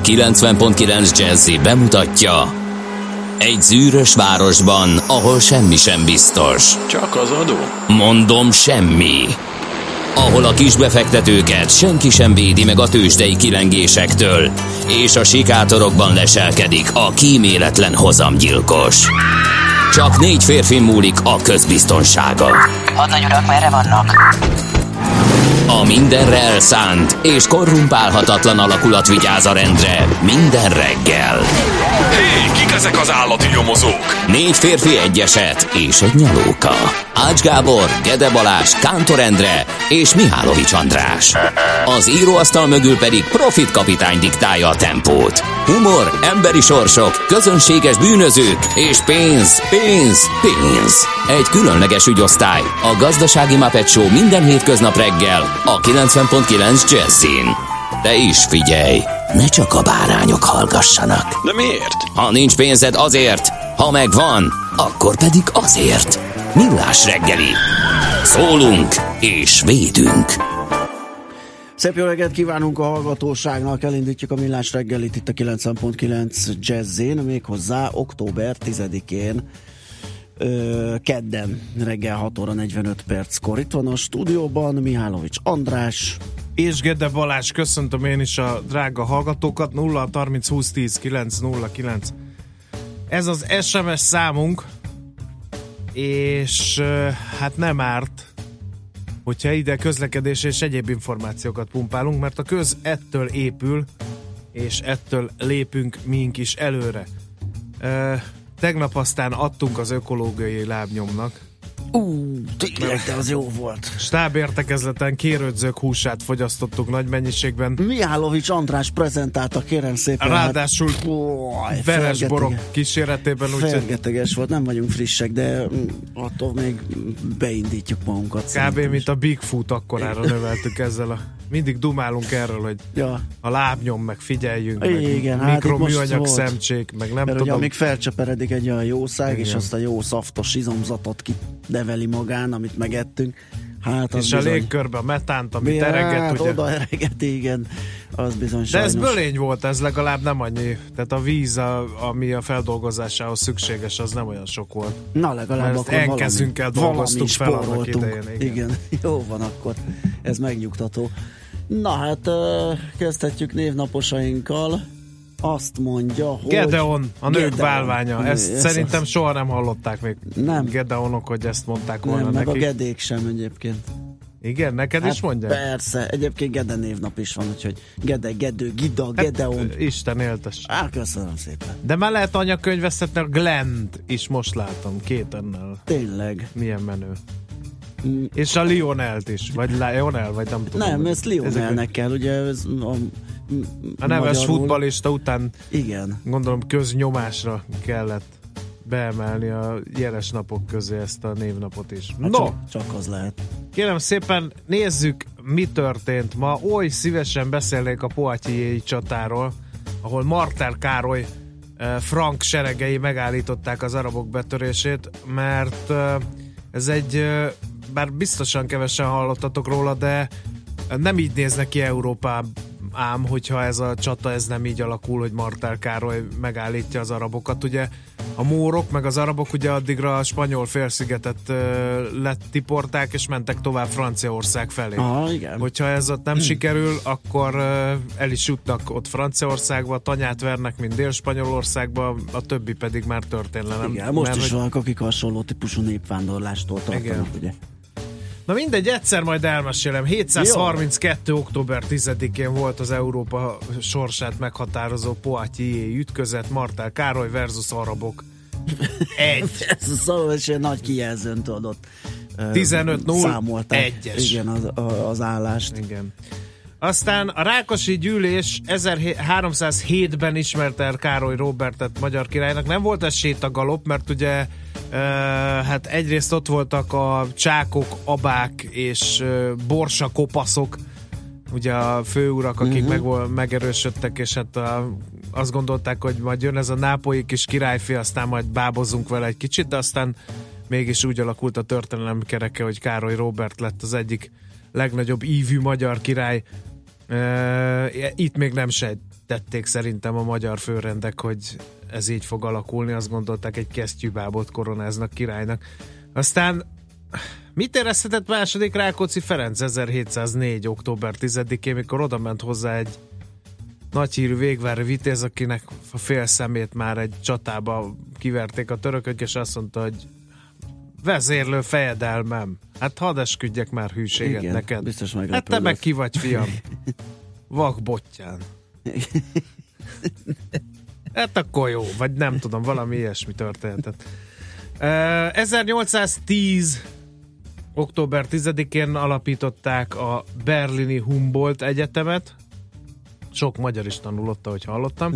90.9 Jazzy bemutatja: egy zűrös városban, ahol semmi sem biztos. Csak az adó? Mondom, semmi. Ahol a kisbefektetőket senki sem védi meg a tőzsdei kilengésektől, és a sikátorokban leselkedik a kíméletlen hozamgyilkos. Csak 4 férfi múlik a közbiztonsága. Hadnagy urak, merre vannak? A mindenre elszánt és korrumpálhatatlan alakulat vigyáz a rendre minden reggel. Hé, kik ezek az állati nyomozók? 4 férfi, egy eset és egy nyalóka. Ács Gábor, Gede Balázs, Kántor Endre és Mihálovics András. Az íróasztal mögül pedig Profit kapitány diktálja a tempót. Humor, emberi sorsok, közönséges bűnözők és pénz, pénz, pénz. Egy különleges ügyosztály, a Gazdasági Muppet Show minden hétköznap reggel a 90.9 Jazzin. De is figyelj, ne csak a bárányok hallgassanak. De miért? Ha nincs pénzed, azért, ha megvan, akkor pedig azért. Millás reggeli. Szólunk és védünk. Szép jó reggelt kívánunk a hallgatóságnak, elindítjuk a Millás reggelit itt a 90.9 Jazzén, méghozzá október 10-én kedden reggel 6 óra 45 perckor. Itt van a stúdióban Mihálovics András és Gede Balázs. Köszöntöm én is a drága hallgatókat. 0 30 20 10 909. Ez az SMS számunk, és hát nem árt, hogyha ide közlekedés és egyéb információkat pumpálunk, mert a köz ettől épül, és ettől lépünk mink is előre. Tegnap aztán adtunk az ökológiai lábnyomnak. Tényleg, de az jó volt. Stábértekezleten kérődzők húsát fogyasztottuk nagy mennyiségben. Mihálovics András prezentálta, kérem szépen. Ráadásul veres borok kíséretében. Fergeteges volt, nem vagyunk frissek, de attól még beindítjuk magunkat. Kb. Mint a Bigfoot akkorára növeltük ezzel mindig dumálunk erről, hogy a lábnyom, meg figyeljünk, igen, meg mikroműanyag szemcsék, meg nem tudom. Amíg felcseperedik egy olyan jószág, és azt a jó szaftos izomzatot kineveli magán, amit megettünk. Hát és bizony, a légkörbe a metánt, amit ereget, hát ugye? oda ereget, igen. Az bizony de sajnos. ez bölény volt, ez legalább nem annyi. Tehát a víz, ami a feldolgozásához szükséges, az nem olyan sok volt. Na legalább mert akkor elkezünkkel dolgoztuk fel annak idején. Igen, jó van akkor. Ez megnyugtató. Na hát kezdhetjük névnaposainkkal. Azt mondja, hogy... Gedeon, a nők Gedeon. bálványa. Ezt szerintem az... soha nem hallották még nem. Gedeonok, hogy ezt mondták volna nem, nekik. meg a Gedék sem egyébként. Igen, neked is mondják? Persze, egyébként Gede névnap is van, úgyhogy Gede, Gedő, Gida, Gedeon. Isten éltes. Köszönöm szépen. De már lehet anyakönyveszetni a Glent is, most látom, 2 ennel. Tényleg. Milyen menő. És a Lionelt is, vagy Lionel, vagy nem tudom. Nem, ezt Lionelnek kell, ugye ez a neves magyarul... futballista után igen. Gondolom köznyomásra kellett beemelni a jeles napok közé ezt a névnapot is. Hát no! Csak az lehet. Kérem szépen, nézzük, mi történt ma. Oly szívesen beszélnék a Poitiers-i csatáról, ahol Martel Károly frank seregei megállították az arabok betörését, mert ez egy, bár biztosan kevesen hallottatok róla, de nem így néznek ki Európában, ám hogyha ez a csata ez nem így alakul, hogy Martel Károly megállítja az arabokat. Ugye a mórok meg az arabok ugye addigra a spanyol félszigetet lettiporták, és mentek tovább Franciaország felé. Igen. Hogyha ez ott nem sikerül, akkor el is jutnak ott Franciaországba, tanyát vernek, mint Dél-Spanyolországba, a többi pedig már történelem. Igen, most is vannak, akik hasonló típusú népvándorlástól tartanak, ugye? Na mindegy, egyszer majd elmesélem. 732. október 10-én volt az Európa sorsát meghatározó Poitiers-i ütközet, Martel Károly versus arabok. Ez szóval is egy nagy kijelzőn tudott. 15-0-1-es. Igen, az állást. Igen. Aztán a Rákosi gyűlés 1307-ben ismerte el Károly Róbertet magyar királynak. Nem volt ez sétagalop, mert ugye hát egyrészt ott voltak a csákok, abák és borsakopaszok, ugye a főurak, akik megerősödtek, és hát azt gondolták, hogy majd jön ez a nápolyi kis királyfi, aztán majd bábozunk vele egy kicsit, de aztán mégis úgy alakult a történelem kereke, hogy Károly Róbert lett az egyik legnagyobb ívű magyar király. Itt még nem tették szerintem a magyar főrendek, hogy ez így fog alakulni, azt gondolták, egy kesztyűbábot koronáznak királynak. Aztán mit érezhetett második Rákóczi Ferenc 1704. október 10-én, mikor oda ment hozzá egy nagyhírű végvári vitéz, akinek a fél szemét már egy csatába kiverték a törökök, és azt mondta, hogy vezérlő fejedelmem, hát hadd esküdjek már hűséget. Igen, neked. Biztos meglepődött. Hát te meg ki vagy, fiam? Vakbottyán. Hát akkor jó, vagy nem tudom, valami ilyesmi történetett. 1810. október 10-én alapították a berlini Humboldt Egyetemet. Sok magyar is tanulott, ahogy hallottam.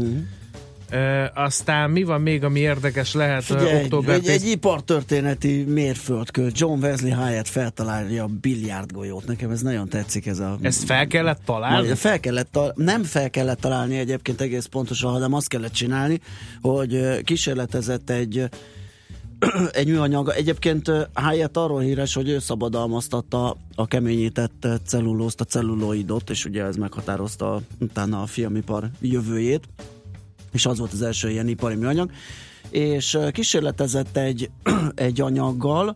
Aztán mi van még, ami érdekes lehet? Figyelj, október egy ipartörténeti mérföldkő. John Wesley Hyatt feltalálja a biliárdgolyót. Nekem ez nagyon tetszik. Ezt fel kellett találni? Nem fel kellett találni egyébként egész pontosan, hanem azt kellett csinálni, hogy kísérletezett egy műanyag. Egyébként Hyatt arról híres, hogy ő szabadalmaztatta a keményített cellulózt, a celluloidot, és ugye ez meghatározta utána a filmipar jövőjét, és az volt az első ilyen ipari műanyag, és kísérletezett egy anyaggal,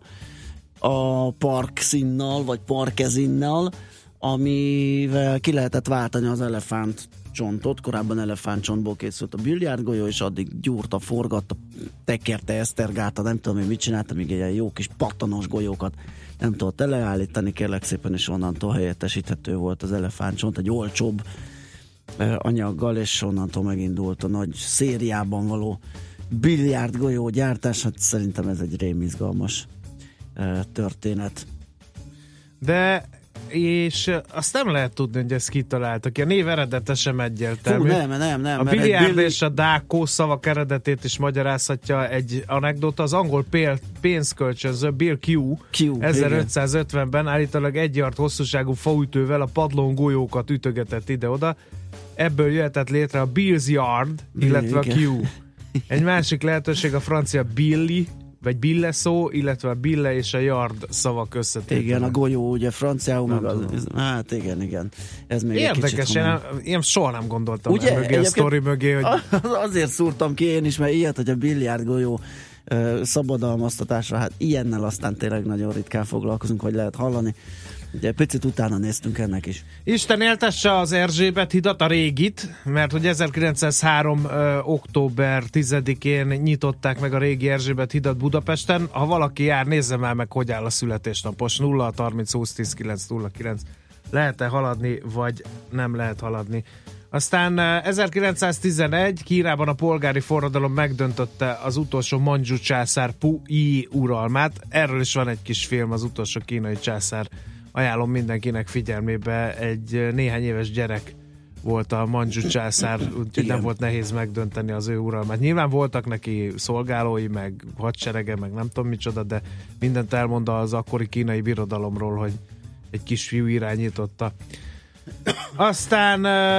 a parkszinnal, vagy parkezinnal, amivel ki lehetett váltani az elefántcsontot. Korábban elefántcsontból készült a biliárdgolyó, és addig gyúrta, forgatta, tekerte, esztergálta, nem tudom én mit csinálta, még ilyen jó kis pattanos golyókat nem tudott leállítani, kérlek szépen, és onnantól helyettesíthető volt az elefántcsont egy olcsóbb anyaggal, és onnantól megindult a nagy szériában való biliárdgolyó gyártás. Hát szerintem ez egy rémizgalmas történet. De és azt nem lehet tudni, hogy ezt kitaláltak. A név eredete sem egyértelmű. Nem. A biliárd és a dákó szavak eredetét is magyarázhatja egy anekdota. Az angol pénzkölcsönző Bill Q 1550-ben állítólag 1 yard hosszúságú faütővel a padlón golyókat ütögetett ide-oda. Ebből jöhetett létre a Bill's Yard, illetve a Q. Egy másik lehetőség a francia Billy, vagy bille szó, illetve a bille és a yard szavak összetétele. Igen, a golyó ugye franciául, meg az, hát igen. Ez még érdekes, én soha nem gondoltam ugye, mögé a sztori mögé, hogy... Azért szúrtam ki én is, mert ilyet, hogy a biliárd golyó szabadalmaztatásra, hát ilyennel aztán tényleg nagyon ritkán foglalkozunk, hogy lehet hallani. Ugye picit utána néztünk ennek is. Isten éltesse az Erzsébet hidat, a régit, mert hogy 1903. október 10-én nyitották meg a régi Erzsébet hidat Budapesten. Ha valaki jár, nézze már meg, hogy áll a születésnapos. 0 30 20 10 9 09. Lehet-e haladni, vagy nem lehet haladni? Aztán 1911 Kínában a polgári forradalom megdöntötte az utolsó mandzsu császár Puyi uralmát. Erről is van egy kis film, az utolsó kínai császár. Ajánlom mindenkinek figyelmébe, egy néhány éves gyerek volt a mandzsu császár, úgyhogy nem volt nehéz megdönteni az ő uralmát. Nyilván voltak neki szolgálói, meg hadserege, meg nem tudom micsoda, de mindent elmond az akkori kínai birodalomról, hogy egy kisfiú irányította. Aztán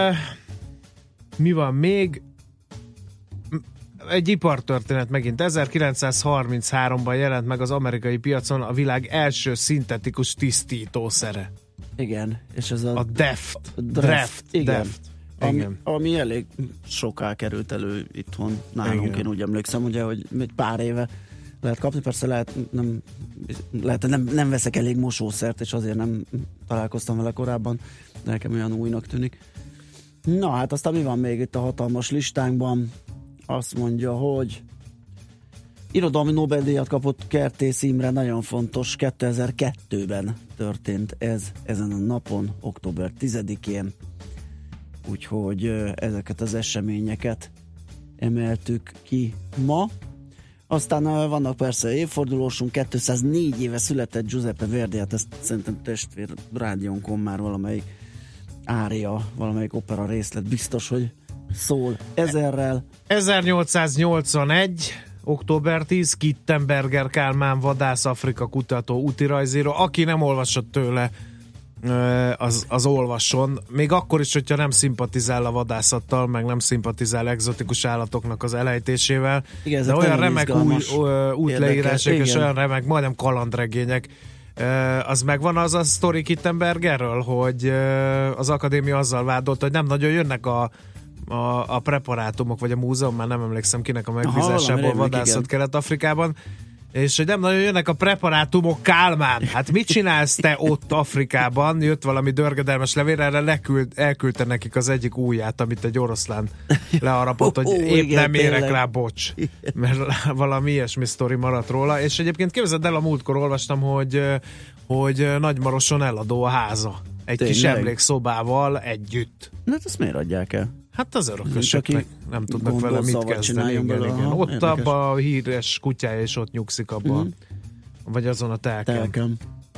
mi van még? Egy ipartörténet megint. 1933-ban jelent meg az amerikai piacon a világ első szintetikus tisztítószere. Igen, és ez a Draft. Igen. Ami elég soká került elő itthon nálunk. Igen. Én úgy emlékszem, ugye, hogy egy pár éve lehet kapni, persze lehet nem veszek elég mosószert, és azért nem találkoztam vele korábban, de nekem olyan újnak tűnik. Na hát aztán mi van még itt a hatalmas listánkban? Azt mondja, hogy irodalmi Nobel-díjat kapott Kertész Imre, nagyon fontos, 2002-ben történt ez ezen a napon, október 10-én, úgyhogy ezeket az eseményeket emeltük ki ma. Aztán vannak persze évfordulósunk, 204 éve született Giuseppe Verdi, hát ezt szerintem testvér rádiónkon már valamelyik ária, valamelyik opera részlet biztos, hogy szól ezerrel. 1881. október 10. Kittenberger Kálmán vadász, Afrika kutató, útirajzíró. Aki nem olvasott tőle, az olvasson. Még akkor is, hogyha nem szimpatizál a vadászattal, meg nem szimpatizál egzotikus állatoknak az elejtésével. Igen, de olyan remek útleírások és olyan remek, majdnem kalandregények. Az megvan az a sztori Kittenbergerről, hogy az akadémia azzal vádolt, hogy nem nagyon jönnek a a preparátumok, vagy a múzeum, már nem emlékszem kinek a megbízásából vadászott Kelet-Afrikában, és hogy nem nagyon jönnek a preparátumok, Kálmán, hát mit csinálsz te ott Afrikában? Jött valami dörgedelmes levél, erre elküldte nekik az egyik ujját, amit egy oroszlán leharapott, hogy épp igen, nem érek rá, bocs. Mert valami ilyesmi sztori maradt róla, és egyébként képzeld el, a múltkor olvastam, hogy Nagymaroson eladó a háza. Egy kis emlékszobával együtt. Na, ezt miért adják el? Hát az örökösöknek nem tudnak vele mit kezdeni. Igen. Ott abban a híres kutyája, és ott nyugszik abban. Vagy azon a telken.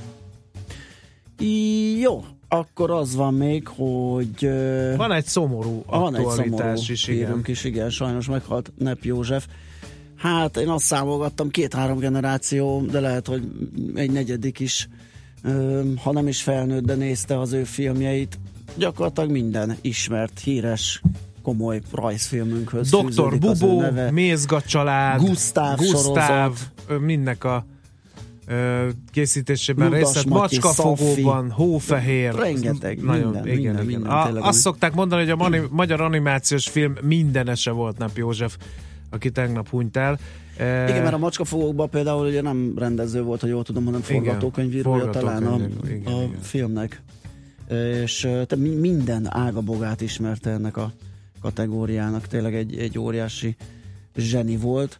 Jó, akkor az van még, hogy... Van egy szomorú aktualitás is, igen. Sajnos meghalt Nepp József. Hát én azt számolgattam, 2-3 generáció, de lehet, hogy egy negyedik is, ha nem is felnőtt, de nézte az ő filmjeit. Gyakorlatilag minden ismert, híres, komoly rajzfilmünkhöz Dr. Bubó, Mézga család, Gusztáv mindnek a készítésében részt vett, Macskafogóban, Hófehér. Rengeteg, minden. Azt szokták mondani, hogy a magyar animációs film mindenese volt Nepp József, aki tegnap hunyt el. Igen, mert a Macskafogókban például ugye nem rendező volt, ha jól tudom, hanem forgatókönyvírója talán a filmnek. És minden ágabogát ismerte ennek a kategóriának, tényleg egy óriási zseni volt.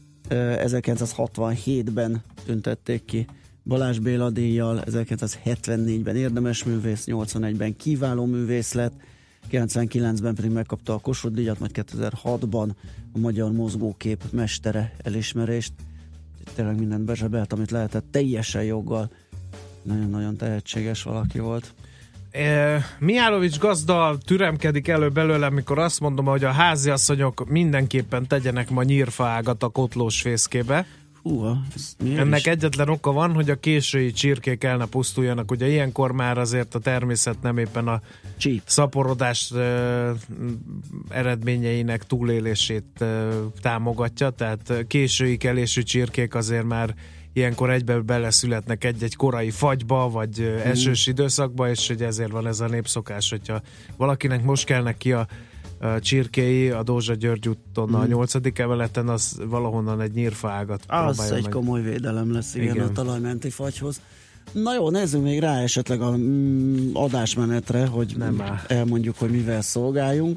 1967-ben tüntették ki Balázs Béla díjjal, 1974-ben érdemes művész, 81-ben kiváló művész lett, 99-ben pedig megkapta a Kossuth díjat, majd 2006-ban a Magyar Mozgókép mestere elismerést. Tényleg mindent bezsebelt, amit lehetett, teljesen joggal. Nagyon-nagyon tehetséges valaki volt. Mihálovics gazda türemkedik elő belőle, amikor azt mondom, hogy a háziasszonyok mindenképpen tegyenek ma nyírfaágat a kotlós fészkébe. Ennek egyetlen oka van, hogy a késői csirkék el ne pusztuljanak. Ugye ilyenkor már azért a természet nem éppen a szaporodás eredményeinek túlélését támogatja, tehát késői kelésű csirkék azért már ilyenkor egyből beleszületnek egy-egy korai fagyba, vagy esős időszakba, és hogy ezért van ez a népszokás, hogyha valakinek most kelnek ki a csirkéi a Dózsa György úton a 8. emeleten, az valahonnan egy nyírfaágat próbálja meg. Az egy komoly védelem lesz, igen, a talajmenti fagyhoz. Na jó, nézzünk még rá esetleg a adásmenetre, hogy elmondjuk, hogy mivel szolgáljunk.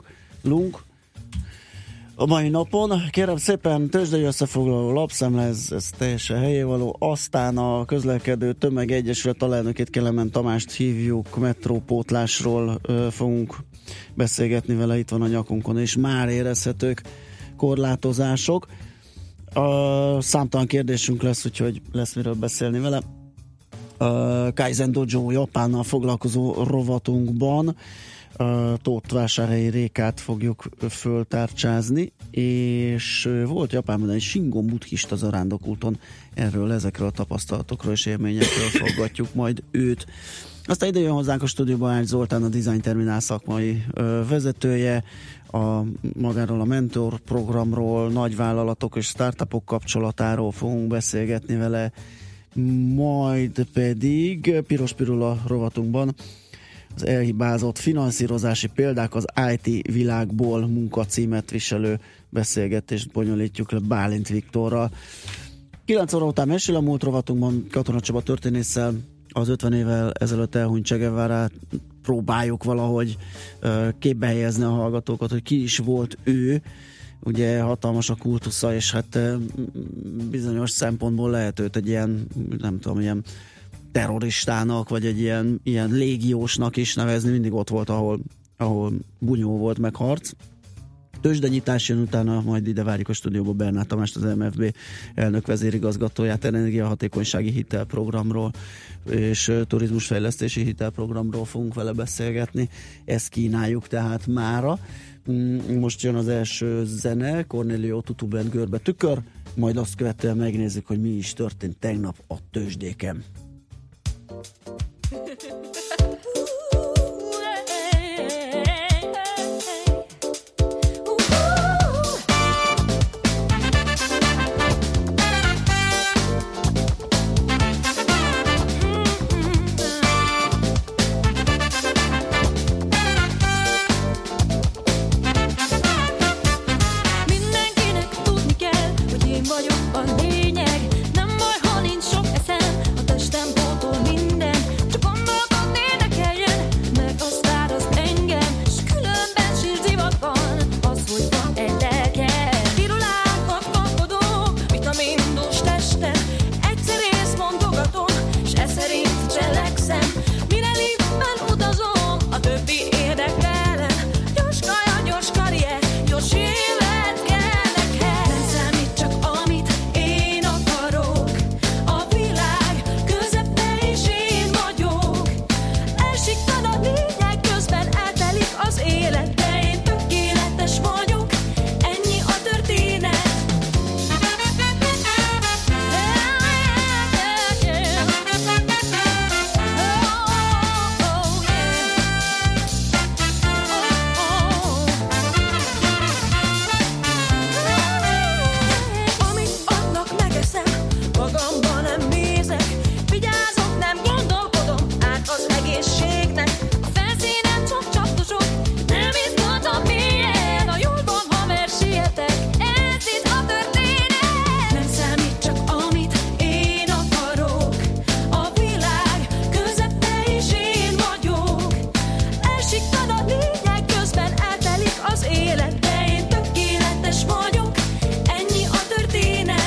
A mai napon, kérem szépen, tőzsdei összefoglaló lapszemle, ez teljesen helyévaló. Aztán a Közlekedő Tömeg Egyesület alelnökét, Kelemen Tamást hívjuk, metrópótlásról fogunk beszélgetni vele, itt van a nyakunkon, és már érezhetők korlátozások. Számtalan kérdésünk lesz, úgyhogy lesz miről beszélni vele. Kaizen Dojo Japánnal foglalkozó rovatunkban Tóth-Vásárhelyi Rékát fogjuk föltárcsázni, és volt Japánban egy Shingon buddhista zarándokúton, ezekről a tapasztalatokról és élményekről foggatjuk majd őt. Aztán ide jön hozzánk a stúdióban Ács Zoltán, a Design Terminál szakmai vezetője, magáról a mentor programról, nagyvállalatok és startupok kapcsolatáról fogunk beszélgetni vele, majd pedig Piros Pirula rovatunkban az elhibázott finanszírozási példák az IT világból munkacímet viselő beszélgetést bonyolítjuk le Bálint Viktorral. 9 óra után mesél a múlt rovatunkban Katona Csaba történésszel az 50 évvel ezelőtt elhunyt Che Guevarát próbáljuk valahogy képbe helyezni a hallgatókat, hogy ki is volt ő. Ugye hatalmas a kultusza, és hát bizonyos szempontból lehet őt egy ilyen, nem tudom, ilyen terroristának, vagy egy ilyen légiósnak is nevezni, mindig ott volt, ahol bunyó volt, meg harc. Tőzsdenyítás jön utána, majd ide várjuk a stúdióba Bernát Tamást, az MFB elnök vezérigazgatóját, energiahatékonysági hitelprogramról és turizmusfejlesztési hitelprogramról fogunk vele beszélgetni. Ezt kínáljuk tehát mára. Most jön az első zene, Cornelio Tutubent Görbe tükör, majd azt követően megnézzük, hogy mi is történt tegnap a tőzsdéken. érdekel. Gyors kaja, gyors karrier, gyors élet kell neked. Nem számít csak amit én akarok, a világ közepén is én vagyok. Elsikkad a lényeg, közben eltelik az élet, de én tökéletes vagyok, ennyi a történet. Amit adnak, megeszem, magamban nem nézek, vigyázok, nem gondolkodom, át az egészségnek. A felszínen csak csapdosok, nem izgatom mélyen, a jól van, ha mersietek, ez itt a történet. Nem számít csak amit én akarok, a világ közepén is én vagyok. Elsikkad a lényeg, közben eltelik az élet, de én tökéletes vagyok, ennyi a történet.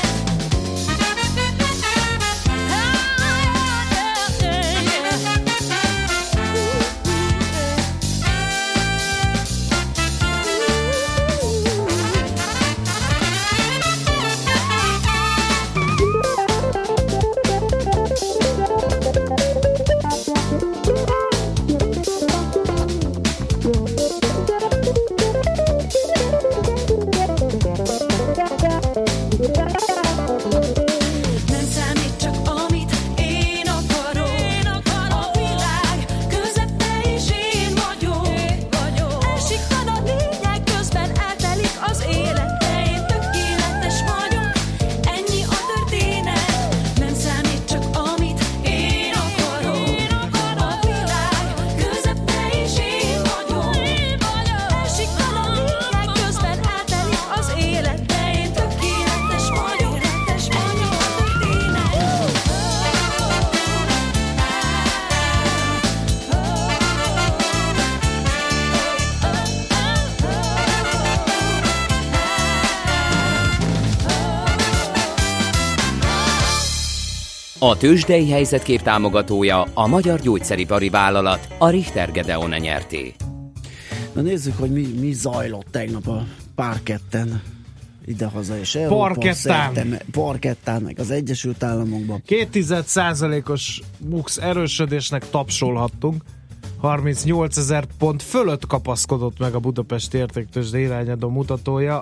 Nem számít csak amit én akarok, a világ közepén is én vagyok. Elsikkad a lényeg, közben eltelik az élet, de én tökéletes vagyok, ennyi a történet. Nem számít csak amit én akarok, a világ közepén is én vagyok. Elsikkad a lényeg, közben eltelik az élet, de én tökéletes vagyok, ennyi a történet. A tőzsdei helyzetkép támogatója a Magyar Gyógyszeripari Vállalat, a Richter Gedeon nyerté. Na nézzük, hogy mi zajlott tegnap a parketten idehaza és Európa Parkettán. szerte, parkettán, meg az Egyesült Államokban. 2,1%-os MUX erősödésnek tapsolhattunk. 38 000 pont fölött kapaszkodott meg a Budapesti Értéktőzsde irányadó mutatója.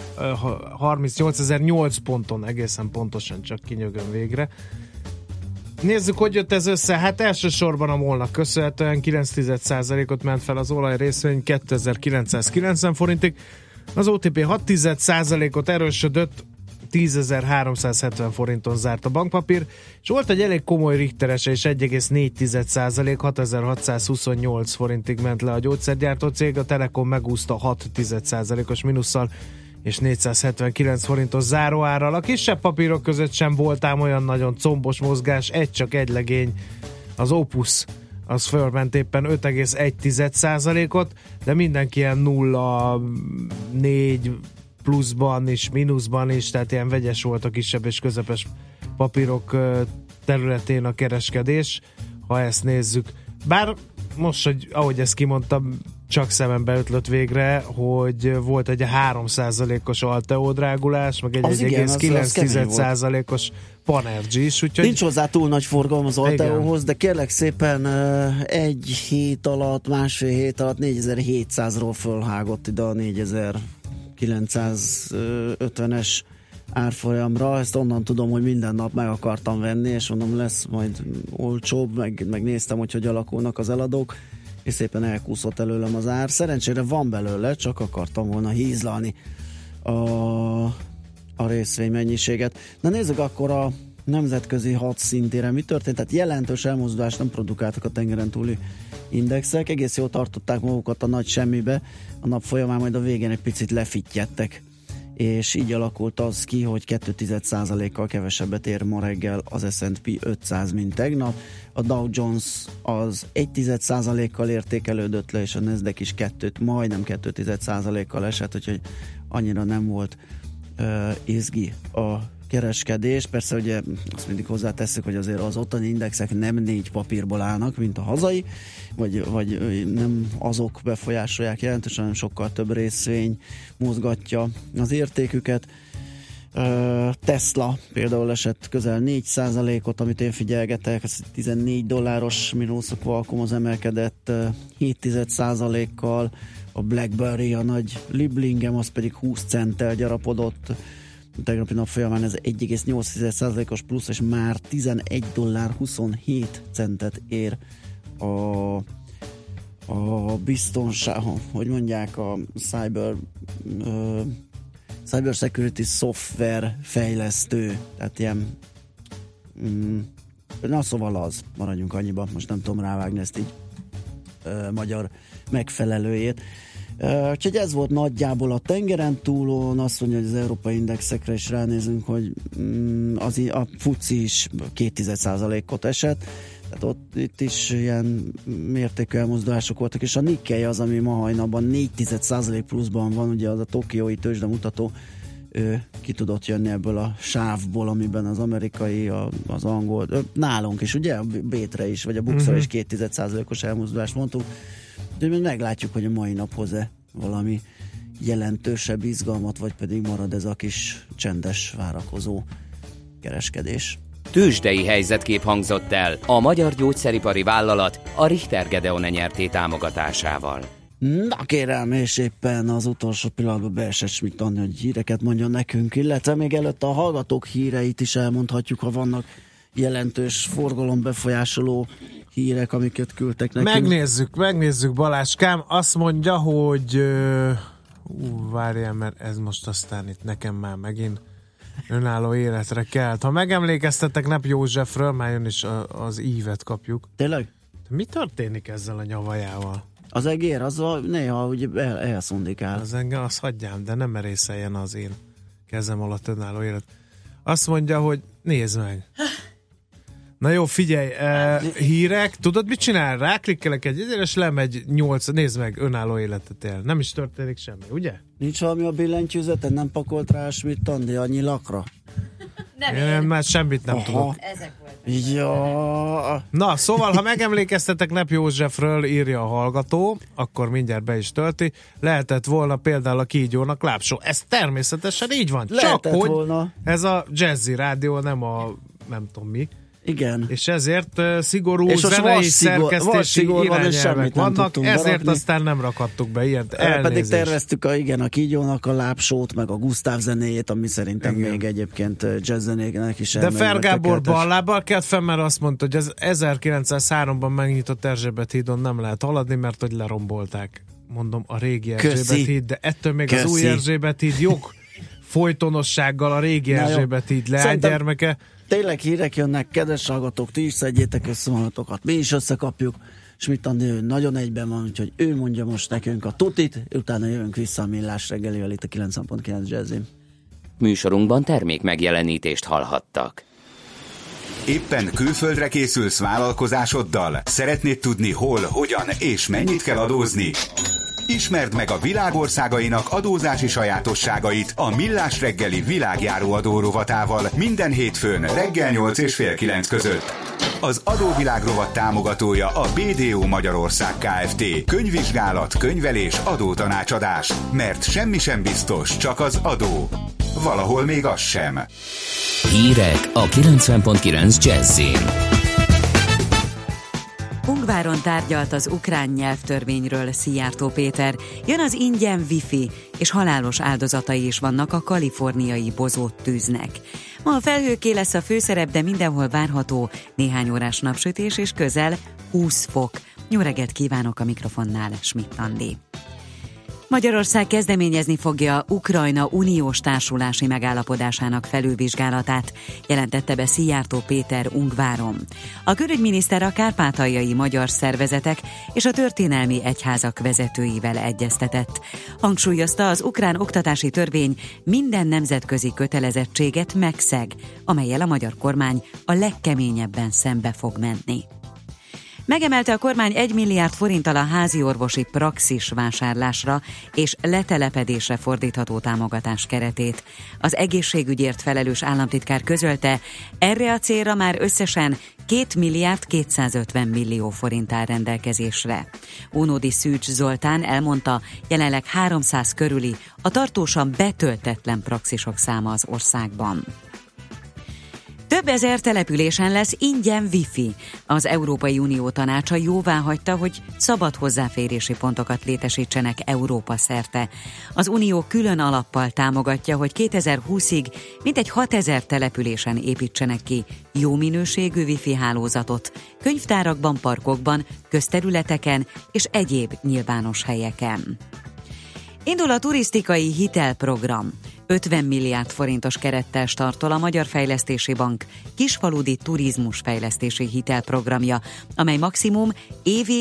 38.008 ponton, egészen pontosan, csak kinyögöm végre. Nézzük, hogy jött ez össze. Hát elsősorban a MOL-nak köszönhetően 9,1%-ot ment fel az olaj részvény 2990 forintig. Az OTP 6,1%-ot erősödött, 10.370 forinton zárt a bankpapír, és volt egy elég komoly Richteres és 1,4%, 6.628 forintig ment le a gyógyszergyártó cég, a Telekom megúszta 6,1%-os mínusszal, és 479 forintos záróárral. A kisebb papírok között sem volt ám olyan nagyon combos mozgás, csak egy legény, az Opus, az fölment éppen 5,1%-ot, de mindenki ilyen 0,4 pluszban is, mínuszban is, tehát ilyen vegyes volt a kisebb és közepes papírok területén a kereskedés, ha ezt nézzük. Bár most, hogy ahogy ezt kimondtam, csak szemembe ötlött végre, hogy volt egy 3%-os Alteo drágulás, meg egy 1,9%-os Panergy is. Úgyhogy... Nincs hozzá túl nagy forgalom az Alteóhoz, de kérlek szépen egy hét alatt, másfél hét alatt 4700-ról fölhágott ide a 4950-es árfolyamra. Ezt onnan tudom, hogy minden nap meg akartam venni, és mondom, lesz majd olcsóbb, meg néztem, hogy alakulnak az eladók, és szépen elkúszott előlem az ár. Szerencsére van belőle, csak akartam volna hízlalni a részvény mennyiséget. Na nézzük akkor a nemzetközi hat szintére mi történt. Tehát jelentős elmozdulást nem produkáltak a tengeren túli indexek. Egész jól tartották magukat a nagy semmibe. A nap folyamán majd a végén egy picit lefittjettek. És így alakult az ki, hogy 2,1%-kal kevesebbet ér ma reggel az S&P 500, mint tegnap. A Dow Jones az 1,1%-kal értékelődött le, és a Nasdaq is majdnem 2,1%-kal esett, úgyhogy annyira nem volt izgi a kereskedés. Persze ugye azt mindig hozzátesszük, hogy azért az ottani indexek nem 4 papírból állnak, mint a hazai, vagy nem azok befolyásolják jelentősen, hanem sokkal több részvény mozgatja az értéküket. Tesla például esett közel 4%-ot, amit én figyelgetek, ez $14 mínusz, a Qualcomm az emelkedett 0,7%-kal, a BlackBerry, a nagy Liblingem, az pedig 20 centtel gyarapodott, a tegnapi nap folyamán ez 1,8%-os plusz, és már $11.27 ér a biztonság, hogy mondják, a Cyber Security Software fejlesztő, tehát ilyen na szóval az, maradjunk annyiba, most nem tudom rávágni ezt így magyar megfelelőjét. Úgyhogy ez volt nagyjából a tengeren túlon. Azt mondja, hogy az európai indexekre is ránézünk, hogy a FTSE is 0,2%-ot esett, tehát itt is ilyen mértékű elmozdulások voltak, és a Nikkei az, ami ma hajnalban 0,4% pluszban van, ugye az a tokiói tőzsdemutató ki tudott jönni ebből a sávból, amiben az amerikai, az angol, nálunk is, ugye a Bétre is, vagy a Buxra is 0,2%-os elmozdulást mondtunk, de még meglátjuk, hogy a mai nap hoz-e valami jelentősebb izgalmat, vagy pedig marad ez a kis csendes, várakozó kereskedés. Tőzsdei helyzetkép hangzott el a Magyar Gyógyszeripari Vállalat a Richter Gedeon nyerté támogatásával. Na kérem, és éppen az utolsó pillanatban beesett Schmidt Andi, hogy híreket mondjon nekünk, illetve még előtt a hallgatók híreit is elmondhatjuk, ha vannak jelentős forgalom befolyásoló hírek, amiket küldtek nekünk. Megnézzük Baláskám, azt mondja, hogy várjál, mert ez most aztán itt nekem már megint önálló életre kelt. Ha megemlékeztetek Nep Józsefről, már jön is az ívet kapjuk. Tényleg? Mi történik ezzel a nyavajával? Az egér, az néha ugye elszundikál. Az engem, azt hagyjám, de nem merészeljen az én kezem alatt önálló élet. Azt mondja, hogy nézd meg. Na jó, figyelj, hírek, tudod mit csinál? Ráklikkelek és lemegy 8, nézd meg, önálló életet él. Nem is történik semmi, ugye? Nincs valami a billentyűzeten, nem pakolt rá Schmidt Andi a nyilakra? Én már semmit nem tudok. Ezek voltak. Ja. Na, szóval, ha megemlékeztetek Nep Józsefről, írja a hallgató, akkor mindjárt be is tölti. Lehetett volna például a Kígyónak lábsó. Ez természetesen így van. Lehetett Csak hogy volna. ez a jazzy rádió, nem a nem tudom mi. Igen. És ezért szigorú és zenei szerkesztési irányelvek vannak, ezért berakni. aztán nem rakadtuk be ilyet. Pedig terveztük a Kígyónak a lábsót, meg a Gusztáv zenéjét, ami szerintem még egyébként jazzzenéknek is. De Fergábor ballábbal kelt fel, mert azt mondta, hogy az 1903-ban megnyitott Erzsébet hídon nem lehet haladni, mert hogy lerombolták, mondom, a régi Erzsébet híd, de ettől még az új Erzsébet híd jog folytonossággal a régi Erzsébet híd leánygyermeke. Tényleg hírek jönnek, kedves hallgatók, ti is szedjétek össze magatokat, mi is összekapjuk. Schmidt Andi nagyon egyben van, úgyhogy ő mondja most nekünk a tutit, utána jövünk vissza a Millás reggelivel itt a 90.9 Jazzin. Műsorunkban termék megjelenítést hallhattak. Éppen külföldre készülsz vállalkozásoddal? Szeretnéd tudni hol, hogyan és mennyit kell adózni? Ismerd meg a világ országainak adózási sajátosságait a Millás reggeli világjáró adó rovatával minden hétfőn reggel 8 és fél 9 között. Az adóvilág rovat támogatója a BDO Magyarország Kft. Könyvvizsgálat, könyvelés, adótanácsadás. Mert semmi sem biztos, csak az adó. Valahol még az sem. Hírek a 90.9 Jazzin. Ungváron tárgyalt az ukrán nyelvtörvényről Szijjártó Péter. Jön az ingyen wifi, és halálos áldozatai is vannak a kaliforniai bozót tűznek. Ma a felhőké lesz a főszerep, de mindenhol várható néhány órás napsütés és közel 20 fok. Jó reggelt kívánok, a mikrofonnál Schmidt Andi. Magyarország kezdeményezni fogja Ukrajna uniós társulási megállapodásának felülvizsgálatát, jelentette be Szijjártó Péter Ungváron. A külügyminiszter a kárpátaljai magyar szervezetek és a történelmi egyházak vezetőivel egyeztetett. Hangsúlyozta, az ukrán oktatási törvény minden nemzetközi kötelezettséget megszeg, amellyel a magyar kormány a legkeményebben szembe fog menni. Megemelte a kormány 1 milliárd forinttal a házi orvosi praxis vásárlásra és letelepedésre fordítható támogatás keretét. Az egészségügyért felelős államtitkár közölte, erre a célra már összesen 2 milliárd 250 millió forint áll rendelkezésre. Ónodi Szűcs Zoltán elmondta, jelenleg 300 körüli a tartósan betöltetlen praxisok száma az országban. Több ezer településen lesz ingyen wifi. Az Európai Unió tanácsa jóváhagyta, hogy szabad hozzáférési pontokat létesítsenek Európa szerte. Az Unió külön alappal támogatja, hogy 2020-ig mintegy 6000 településen építsenek ki jó minőségű wifi hálózatot, könyvtárakban, parkokban, közterületeken és egyéb nyilvános helyeken. Indul a turisztikai hitelprogram. 50 milliárd forintos kerettel startol a Magyar Fejlesztési Bank kisfaludi turizmusfejlesztési hitelprogramja, amely maximum évi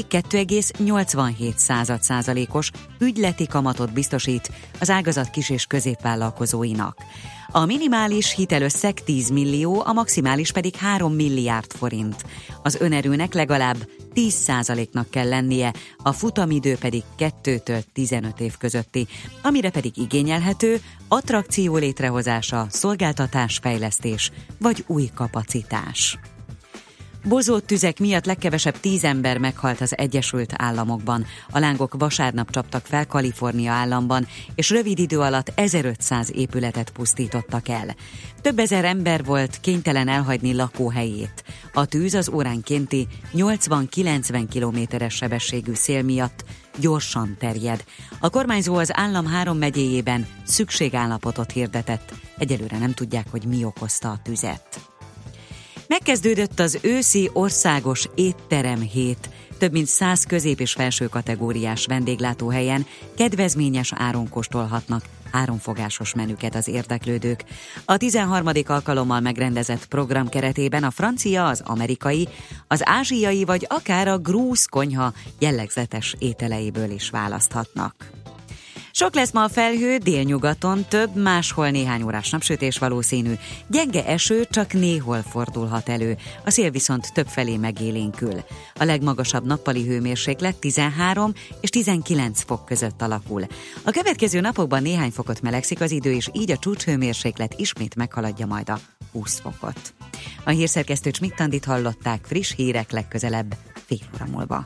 2,87%-os ügyleti kamatot biztosít az ágazat kis- és középvállalkozóinak. A minimális hitelösszeg 10 millió, a maximális pedig 3 milliárd forint. Az önerőnek legalább 10%-nak kell lennie, a futamidő pedig 2-től 15 év közötti, amire pedig igényelhető attrakció létrehozása, szolgáltatásfejlesztés vagy új kapacitás. Bozott tüzek miatt legkevesebb 10 ember meghalt az Egyesült Államokban. A lángok vasárnap csaptak fel Kalifornia államban, és rövid idő alatt 1500 épületet pusztítottak el. Több ezer ember volt kénytelen elhagyni lakóhelyét. A tűz az óránkénti 80-90 kilométeres sebességű szél miatt gyorsan terjed. A kormányzó az állam 3 megyéjében szükségállapotot hirdetett. Egyelőre nem tudják, hogy mi okozta a tüzet. Megkezdődött az őszi országos étterem hét. Több mint 100 közép- és felső kategóriás vendéglátóhelyen kedvezményes áron kóstolhatnak 3 fogásos menüket az érdeklődők. A 13. alkalommal megrendezett program keretében a francia, az amerikai, az ázsiai vagy akár a grúz konyha jellegzetes ételeiből is választhatnak. Sok lesz ma a felhő, délnyugaton több, máshol néhány órás napsütés valószínű. Gyenge eső csak néhol fordulhat elő, a szél viszont többfelé megélénkül. A legmagasabb nappali hőmérséklet 13 és 19 fok között alakul. A következő napokban néhány fokot melegszik az idő, és így a csúcshőmérséklet ismét meghaladja majd a 20 fokot. A hírszerkesztő Schmidt-Andit hallották, friss hírek legközelebb fél óra múlva.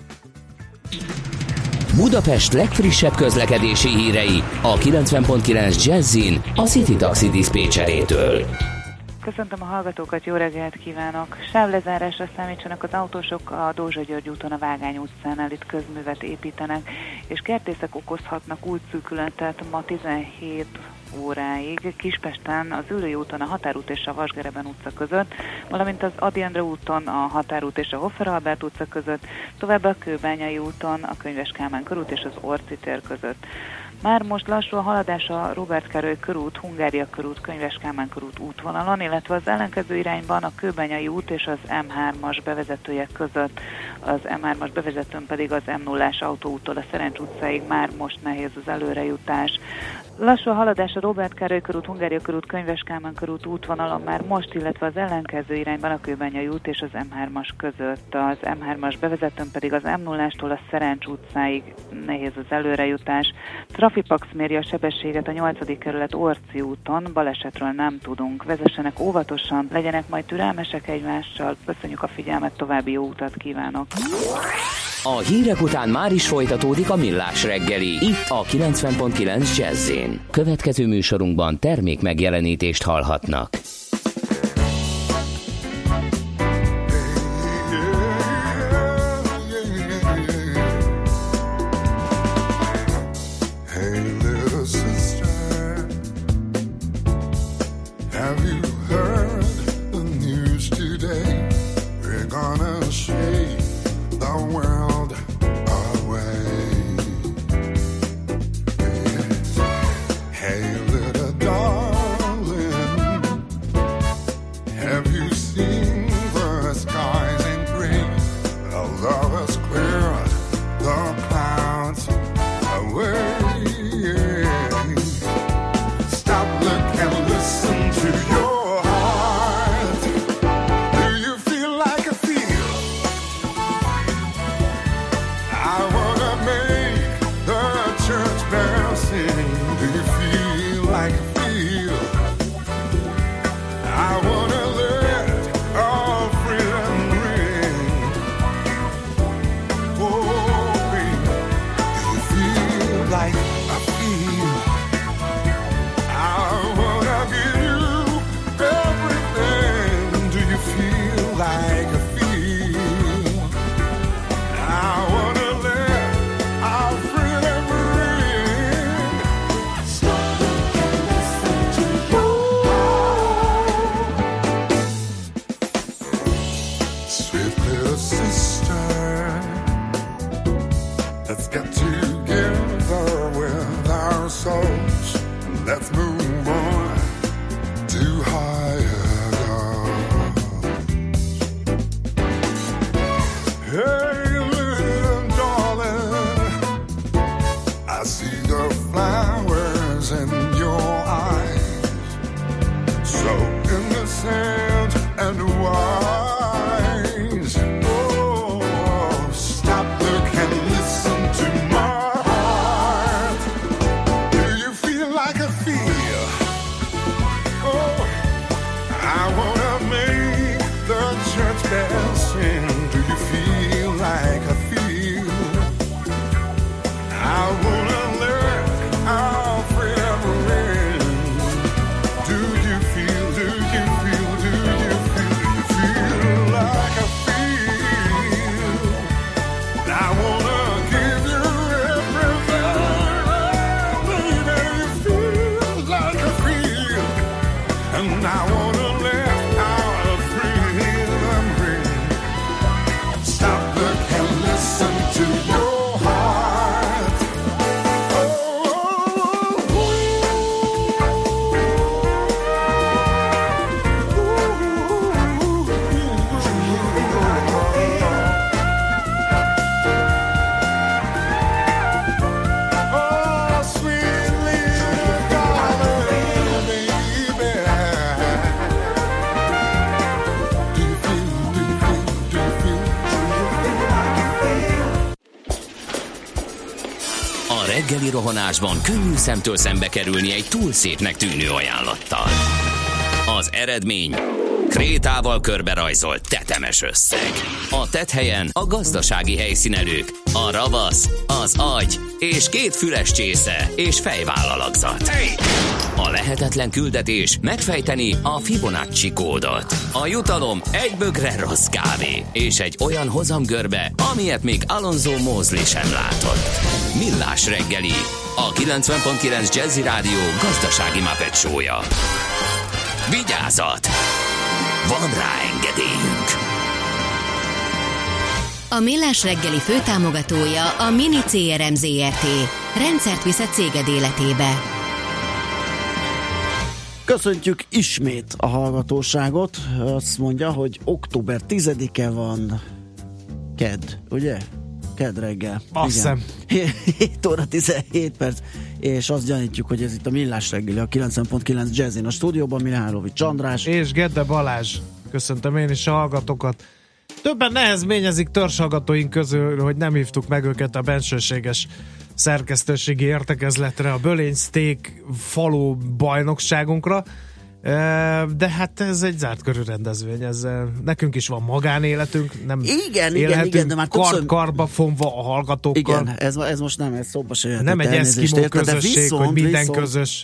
Budapest legfrissebb közlekedési hírei a 90.9 Jazzin a City Taxi diszpécserétől. Köszöntöm a hallgatókat, jó reggelt kívánok! Sávlezárásra számítsanak az autósok a Dózsa-György úton, a Vágány utcánál, itt közművet építenek, és kertészek okozhatnak útszűkületet ma 17 óráig Kispesten, az Üllői úton, a Határút és a Vasgereben utca között, valamint az Ady Endre úton, a Határút és a Hoffer Albert utca között, továbbá a Kőbányai úton, a Könyves Kálmán körút és az Orci tér között. Már most lassú a haladás a Róbert Károly körút, Hungária körút, Könyves Kálmán körút útvonalon, illetve az ellenkező irányban a Kőbányai út és az M3-as bevezetője között. Az M3-as bevezetőn pedig az M0-ás autóúttól a Szerencs utcáig már most nehéz az előrejutás. Lassú a haladás a Róbert Károly körút, Hungária körút, Könyves Kálmán körút útvonalon már most, illetve az ellenkező irányban a Kőbányai út és az M3-as között. Az M3-as bevezetőn pedig az M0-ástól a Szerencs utcáig nehéz az előrejutás. Trafipax méri a sebességet a 8. kerület Orci úton, balesetről nem tudunk. Vezessenek óvatosan, legyenek majd türelmesek egymással. Köszönjük a figyelmet, további jó utat kívánok! A hírek után már is folytatódik a Millás reggeli, itt a 90.9 Jazzin. Következő műsorunkban termék megjelenítést hallhatnak. souls, and let's move on to higher ground. Hey, little darling, I see the flowers in your eyes, so innocent and wise. Oh, stop, look, and listen to my heart. Do you feel like I feel? Oh, I wanna make the church bells sing. Do you feel like I feel? I wanna let our freedom ring. Do you feel? Do you feel? Do you feel? Do you feel like I feel? I wanna give you everything, baby. You feel like I feel, and I wanna let our freedom ring. Stop, look, and listen to your heart. Oh, sweet little darling, baby. Do you feel, do you feel, do you feel, A reggeli rohanásban könnyű szemtől szembe kerülni egy túl szépnek tűnő ajánlattal. Az eredmény krétával körberajzolt tetemes összeg. A tetthelyen a gazdasági helyszínelők, a ravasz, az agy és 2 füles csésze és fejvállalakzat. A lehetetlen küldetés megfejteni a Fibonacci kódot. A jutalom egy bögre rossz kávé és egy olyan hozamgörbe, amilyet még Alonso Mosley sem látott. Millás reggeli, a 90.9 Jazzy Rádió gazdasági Muppet show-ja. Vigyázat! Van rá engedélyünk! A Millás reggeli főtámogatója a Mini CRM Zrt. Rendszert visz a céged életébe. Köszöntjük ismét a hallgatóságot. Azt mondja, hogy október 10-e van, kedd, ugye? Kedd reggel. Azt hiszem. 7 óra 17 perc, és azt gyanítjuk, hogy ez itt a Millás reggeli, a 90.9 Jazzin a stúdióban, Mihálovics András. És Gede Balázs. Köszöntöm én is a hallgatókat. Többen nehezményezik törzshallgatóink közül, hogy nem hívtuk meg őket a bensőséges szerkesztőségi értekezletre, a Bölény-Steak falu bajnokságunkra, de hát ez egy zárt körű rendezvény, nekünk is van magánéletünk, nem igen, de már karba fonva a hallgatókkal. Igen, ez most nem, ez szóba se jöhetett. Nem egy eszkimó közösség, hogy minden közös.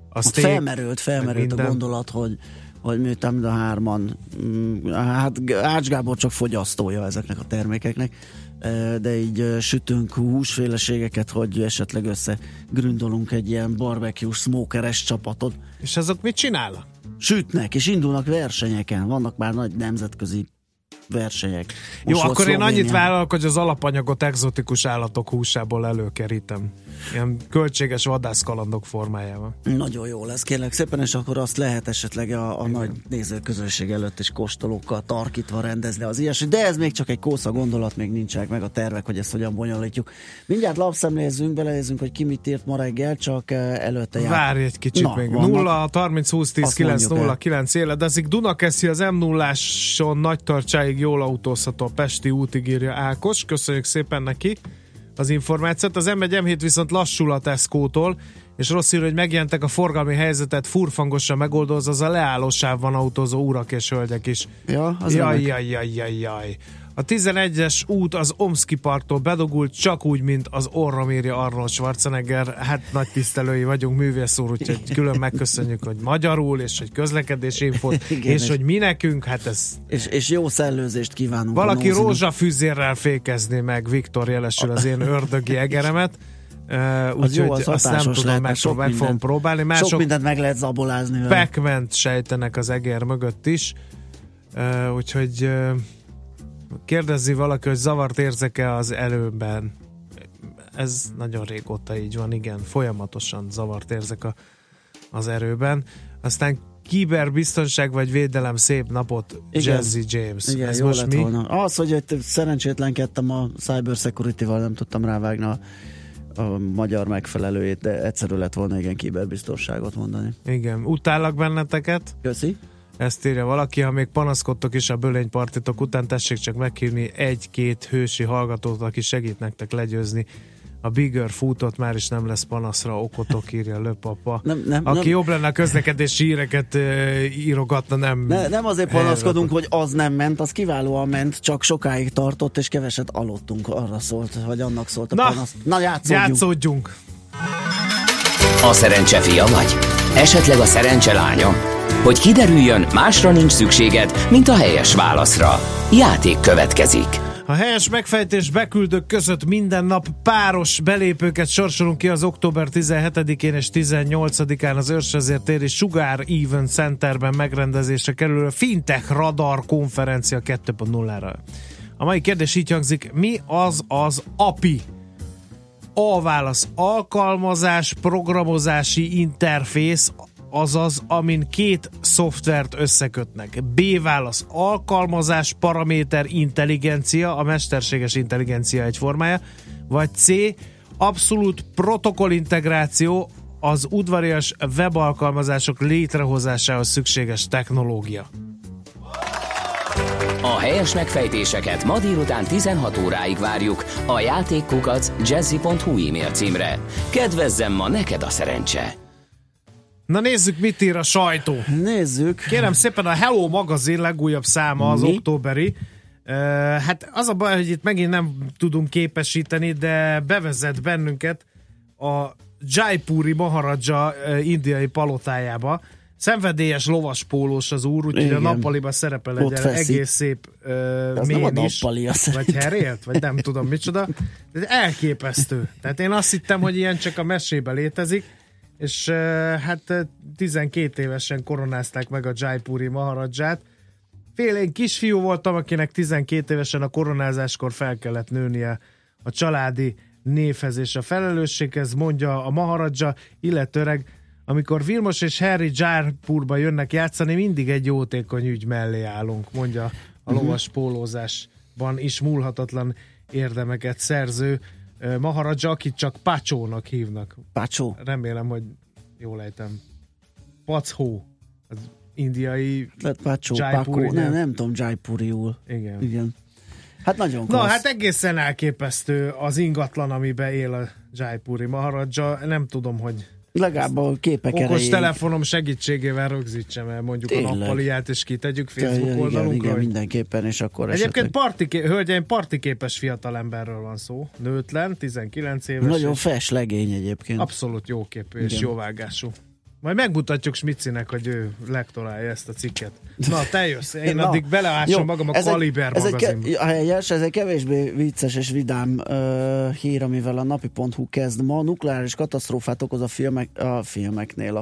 Felmerült a gondolat, hogy miután a hárman, hát Ács Gábor csak fogyasztója ezeknek a termékeknek, de így sütünk húsféleségeket, hogy esetleg összegründolunk egy ilyen barbecue smokeres csapatot. És azok mit csinálnak? Sütnek, és indulnak versenyeken. Vannak már nagy nemzetközi versenyek. Jó, akkor én annyit vállalok, hogy az alapanyagot egzotikus állatok húsából előkerítem. Ilyen költséges vadászkalandok formájában. Nagyon jó lesz, kérlek szépen, és akkor azt lehet esetleg a nagy nézőközönség előtt is kóstolókkal tarkítva rendezni az ilyesmi, de ez még csak egy kósza gondolat, még nincsenek meg a tervek, hogy ezt hogyan bonyolítjuk. Mindjárt lapszemlézzünk, belenézzünk, hogy ki mit írt ma reggel, csak előtte jár. Várj egy kicsit még. 0 30 20 10 9 0 9 éledezik. Dunakeszi az M0-áson Nagytarcsáig jól autózható a Pesti útig, írja Ákos. Köszönjük szépen neki az információt. Az M1 M7 viszont lassul a Tesco-tól, és rossz hír, hogy megjelentek a forgalmi helyzetet, furfangosan megoldóz, az a leállósávban autózó urak és hölgyek is. Ja, az jaj. A 11-es út az Omszki parttól bedogult, csak úgy, mint az orrom, írja Arnold Schwarzenegger. Hát nagy tisztelői vagyunk, művész úr, úgyhogy külön megköszönjük, hogy magyarul, és hogy közlekedés infót, és hogy mi nekünk, hát ez... És jó szellőzést kívánunk. Valaki rózsafűzérrel fékezni meg, Viktor jelesül az én ördögi egeremet. Úgyhogy azt nem tudom, meg fogom próbálni. Mások sok mindent meg lehet zabolázni. Pac-Man sejtenek az egér mögött is. Úgyhogy kérdezi valaki, hogy zavart érzek-e az előben. ez nagyon régóta így van, igen, folyamatosan zavart érzek az erőben. Aztán kiberbiztonság vagy védelem, szép napot, igen. Jazzy James. Igen, ez jó most lett mi? volna. Az, hogy szerencsétlenkedtem a Cyber Security-val, nem tudtam rávágni a magyar megfelelőjét, de egyszerű lett volna, igen, kiberbiztonságot mondani. Igen, utállak benneteket. Köszi. Ezt írja valaki, ha még panaszkodtok is a bölénypartitok után, tessék csak meghívni egy-két hősi hallgatót, aki segít nektek legyőzni a Bigger Footot, már is nem lesz panaszra okotok, írja Löpapa. Aki jobb lenne a közlekedési híreket írogatna, nem azért panaszkodunk, hogy az nem ment, az kiválóan ment, csak sokáig tartott, és keveset aludtunk, arra szólt, vagy annak szólt a panasz. Na, játszódjunk! A szerencse fia vagy? Esetleg a szerencse lánya? Hogy kiderüljön, másra nincs szükséged, mint a helyes válaszra. Játék következik. A helyes megfejtés beküldők között minden nap páros belépőket sorsolunk ki az október 17-én és 18-án az Őrsvezértéri Sugar Event Centerben megrendezésre kerülő Fintech Radar konferencia 2.0-ra. A mai kérdés így hangzik, mi az API? A válasz, alkalmazás programozási interfész, azaz amin két szoftvert összekötnek. B válasz, alkalmazás paraméter intelligencia, a mesterséges intelligencia egy formája, vagy C, abszolút protokollintegráció, az udvarias webalkalmazások létrehozásához szükséges technológia. A helyes megfejtéseket ma délután 16 óráig várjuk a játékkukac@jazzy.hu e-mail címre. Kedvezzem ma neked a szerencse! Na nézzük, mit ír a sajtó. Nézzük. Kérem szépen, a Hello magazin legújabb száma az októberi. Hát az a baj, hogy itt megint nem tudunk képesíteni, de bevezet bennünket a Jaipuri Maharaja indiai palotájába. Szenvedélyes lovaspólós az úr, úgyhogy a nappaliba szerepel egy egész szép mén is. Vagy herélt, vagy nem tudom micsoda. De elképesztő. Tehát én azt hittem, hogy ilyen csak a mesébe létezik, és hát 12 évesen koronázták meg a Jaipuri Maharaját. Én kisfiú voltam, akinek 12 évesen a koronázáskor fel kellett nőnie a családi névhez és a felelősséghez, mondja a Maharaja, illetőleg amikor Vilmos és Harry Jaipurba jönnek játszani, mindig egy jótékony ügy mellé állunk, mondja a lovas pólózásban is múlhatatlan érdemeket szerző Maharaja, akit csak Pacsónak hívnak. Pacsó? Remélem, hogy jól ejtem. Pachó. Az indiai Pacsó, Jaipuri. Nem tudom, Jaipuriul. Igen. Hát nagyon klassz. Na, hát egészen elképesztő az ingatlan, amiben él a Jaipuri Maharaja. Nem tudom, hogy legalább a képek okos erejéig. telefonom segítségével rögzítsem el mondjuk tényleg a nappaliát, és kitegyük Facebook oldalunkra. Igen, mindenképpen, és akkor egyébként hölgyeim, partiképes fiatalemberről van szó. Nőtlen, 19 éves. Nagyon fes legény egyébként. Abszolút jóképű és jóvágású. Majd megmutatjuk Smicinek, hogy ő lektorálja ezt a cikket. Na, te jössz. Én addig beleásom magam a Kaliber magazinba. Ez egy kevésbé vicces és vidám hír, amivel a napi.hu kezd ma. Nukleáris katasztrófát okoz a finneknél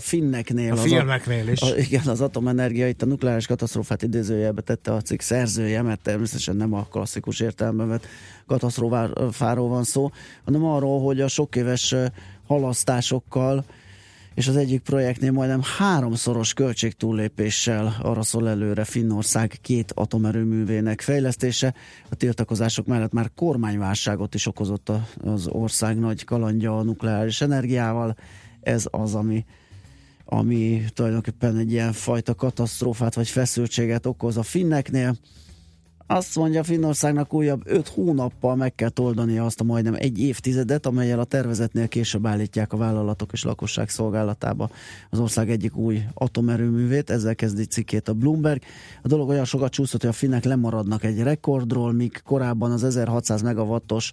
is. Igen, az atomenergia, itt a nukleáris katasztrófát idézőjelbe tette a cikk szerzője, mert természetesen nem a klasszikus értelemben vett katasztrófáról van szó, hanem arról, hogy a sok éves halasztásokkal és az egyik projektnél majdnem 3-szoros költségtúllépéssel arra szól előre Finnország 2 atomerőművének fejlesztése. A tiltakozások mellett már kormányválságot is okozott az ország nagy kalandja a nukleáris energiával. Ez az, ami tulajdonképpen egy ilyen fajta katasztrófát vagy feszültséget okoz a finneknél. Azt mondja, Finnországnak újabb 5 hónappal meg kell oldania azt a majdnem 1 évtizedet, amellyel a tervezetnél később állítják a vállalatok és lakosság szolgálatába az ország egyik új atomerőművét. Ezzel kezdi cikkét a Bloomberg. A dolog olyan sokat csúszott, hogy a finnek lemaradnak egy rekordról, míg korábban az 1600 megawattos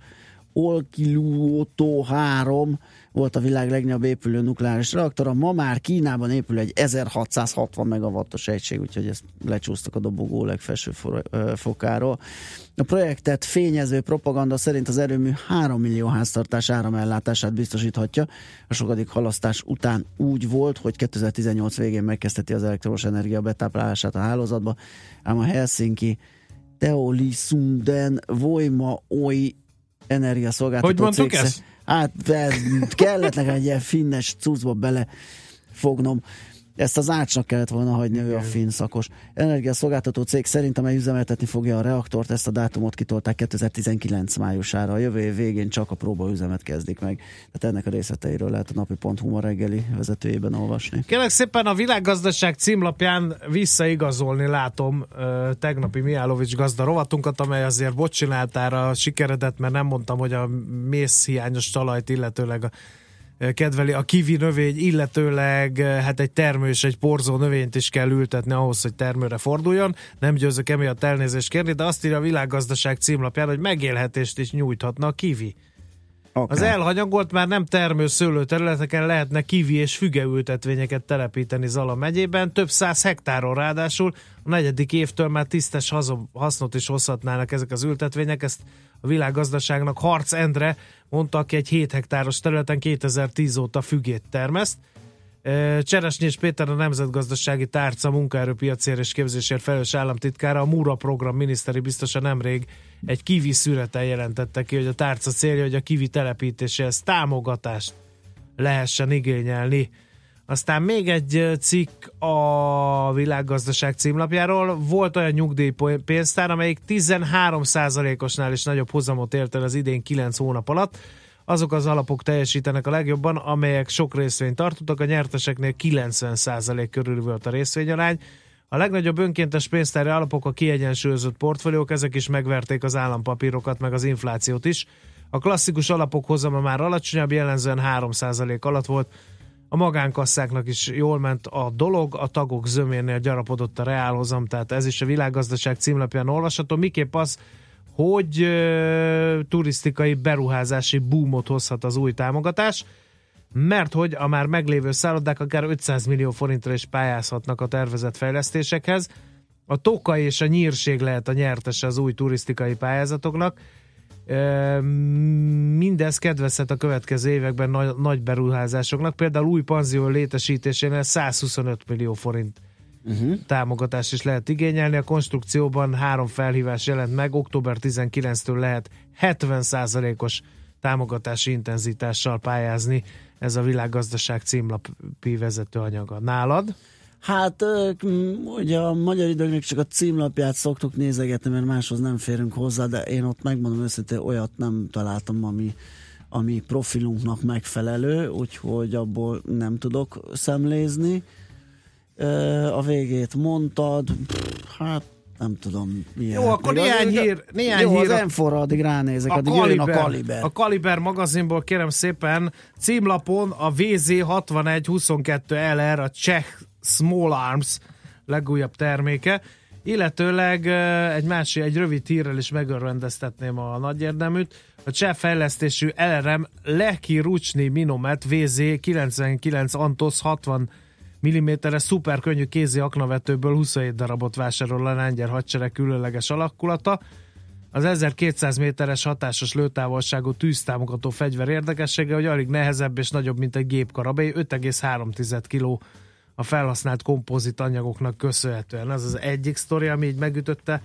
Olkiluoto 3 volt a világ legnagyobb épülő nukleáris reaktora, ma már Kínában épül egy 1660 megawattos egység, úgyhogy ezt lecsúsztak a dobogó legfelső fokáról. A projektet fényező propaganda szerint az erőmű 3 millió háztartás áramellátását biztosíthatja. A sokadik halasztás után úgy volt, hogy 2018 végén megkezdheti az elektromos energia betáplálását a hálózatba, ám a Helsinki Teollisunden Voima Oy energiaszolgáltató hogy mondtuk ezt? Hát kellett nekem egy ilyen finnes cuccba belefognom. Ezt az Ácsnak kellett volna hagyni, ő a finn szakos. Energiaszolgáltató cég szerint, amely üzemeltetni fogja a reaktort, ezt a dátumot kitolták 2019 májusára. A jövő év végén csak a próbaüzemet kezdik meg. Tehát ennek a részleteiről lehet a napi.hu ma reggeli vezetőjében olvasni. Kérlek szépen a Világgazdaság címlapján visszaigazolni látom tegnapi Mihálovics gazda rovatunkat, amely azért bocsináltára sikeredett, mert nem mondtam, hogy a mészhiányos talajt illetőleg kedveli a kiwi növény, illetőleg hát egy termő és egy porzó növényt is kell ültetni ahhoz, hogy termőre forduljon. Nem győzök emiatt elnézést kérni, de azt írja a Világgazdaság címlapján, hogy megélhetést is nyújthatna a kiwi. Okay. Az elhanyagolt, már nem termő szőlőterületeken lehetne kiwi és fügeültetvényeket telepíteni Zala megyében, több 100 hektáron ráadásul. A 4. évtől már tisztes hasznot is hozhatnának ezek az ültetvények. Ezt a Világgazdaságnak Harc Endre mondta, aki egy 7 hektáros területen 2010 óta fügét termeszt. Cseresnyés Péter, a Nemzetgazdasági Tárca munkaerőpiacért és képzésért felelős államtitkára, a Múra program miniszteri biztosa nemrég egy kiwi szüreten jelentette ki, hogy a tárca célja, hogy a kiwi telepítéséhez támogatást lehessen igényelni. Aztán még egy cikk a Világgazdaság címlapjáról. Volt olyan nyugdíjpénztár, amelyik 13%-osnál is nagyobb hozamot ért el az idén 9 hónap alatt. Azok az alapok teljesítenek a legjobban, amelyek sok részvényt tartottak, a nyerteseknél 90% körül volt a részvényarány. A legnagyobb önkéntes pénztári alapok a kiegyensúlyozott portfóliók, ezek is megverték az állampapírokat, meg az inflációt is. A klasszikus alapok hozama már alacsonyabb, jellemzően 3% alatt volt. A magánkasszáknak is jól ment a dolog, a tagok zöménél gyarapodott a reálhozam, tehát ez is a Világgazdaság címlapján olvasható. Miképp az, hogy turisztikai beruházási boomot hozhat az új támogatás, mert hogy a már meglévő szállodák akár 500 millió forintra is pályázhatnak a tervezett fejlesztésekhez. A Tokaj és a Nyírség lehet a nyertese az új turisztikai pályázatoknak. Mindez kedvezhet a következő években nagy beruházásoknak, például új panzió létesítésénél 125 millió forint támogatást is lehet igényelni. A konstrukcióban 3 felhívás jelent meg, október 19-től lehet 70%-os támogatási intenzitással pályázni. Ez a Világgazdaság címlapi vezetőanyaga. Nálad? Hát ugye a Magyar Időknek csak a címlapját szoktuk nézegetni, mert máshoz nem férünk hozzá, de én ott megmondom őszintén, olyat nem találtam, ami profilunknak megfelelő, úgyhogy abból nem tudok szemlézni. A végét mondtad, hát nem tudom milyen. Jó, akkor néhány hír. Jó, az M4-ra addig ránézek, addig jöjjön a Kaliber. A Kaliber magazinból kérem szépen, címlapon a VZ6122LR, a cseh Small Arms legújabb terméke, illetőleg egy rövid hírrel is megörvendeztetném a nagy érdeműt. A cseh fejlesztésű LRM Lehki Rucsny Minomet VZ99 Antos 60 mm-es szuperkönnyű kézi aknavetőből 27 darabot vásárol a lengyel hadsereg különleges alakulata. Az 1200 méteres hatásos lőtávolságú tűztámogató fegyver érdekessége, hogy alig nehezebb és nagyobb, mint egy gépkarabély, 5,3 kg a felhasznált kompozit anyagoknak köszönhetően. Ez az egyik sztori, ami így megütötte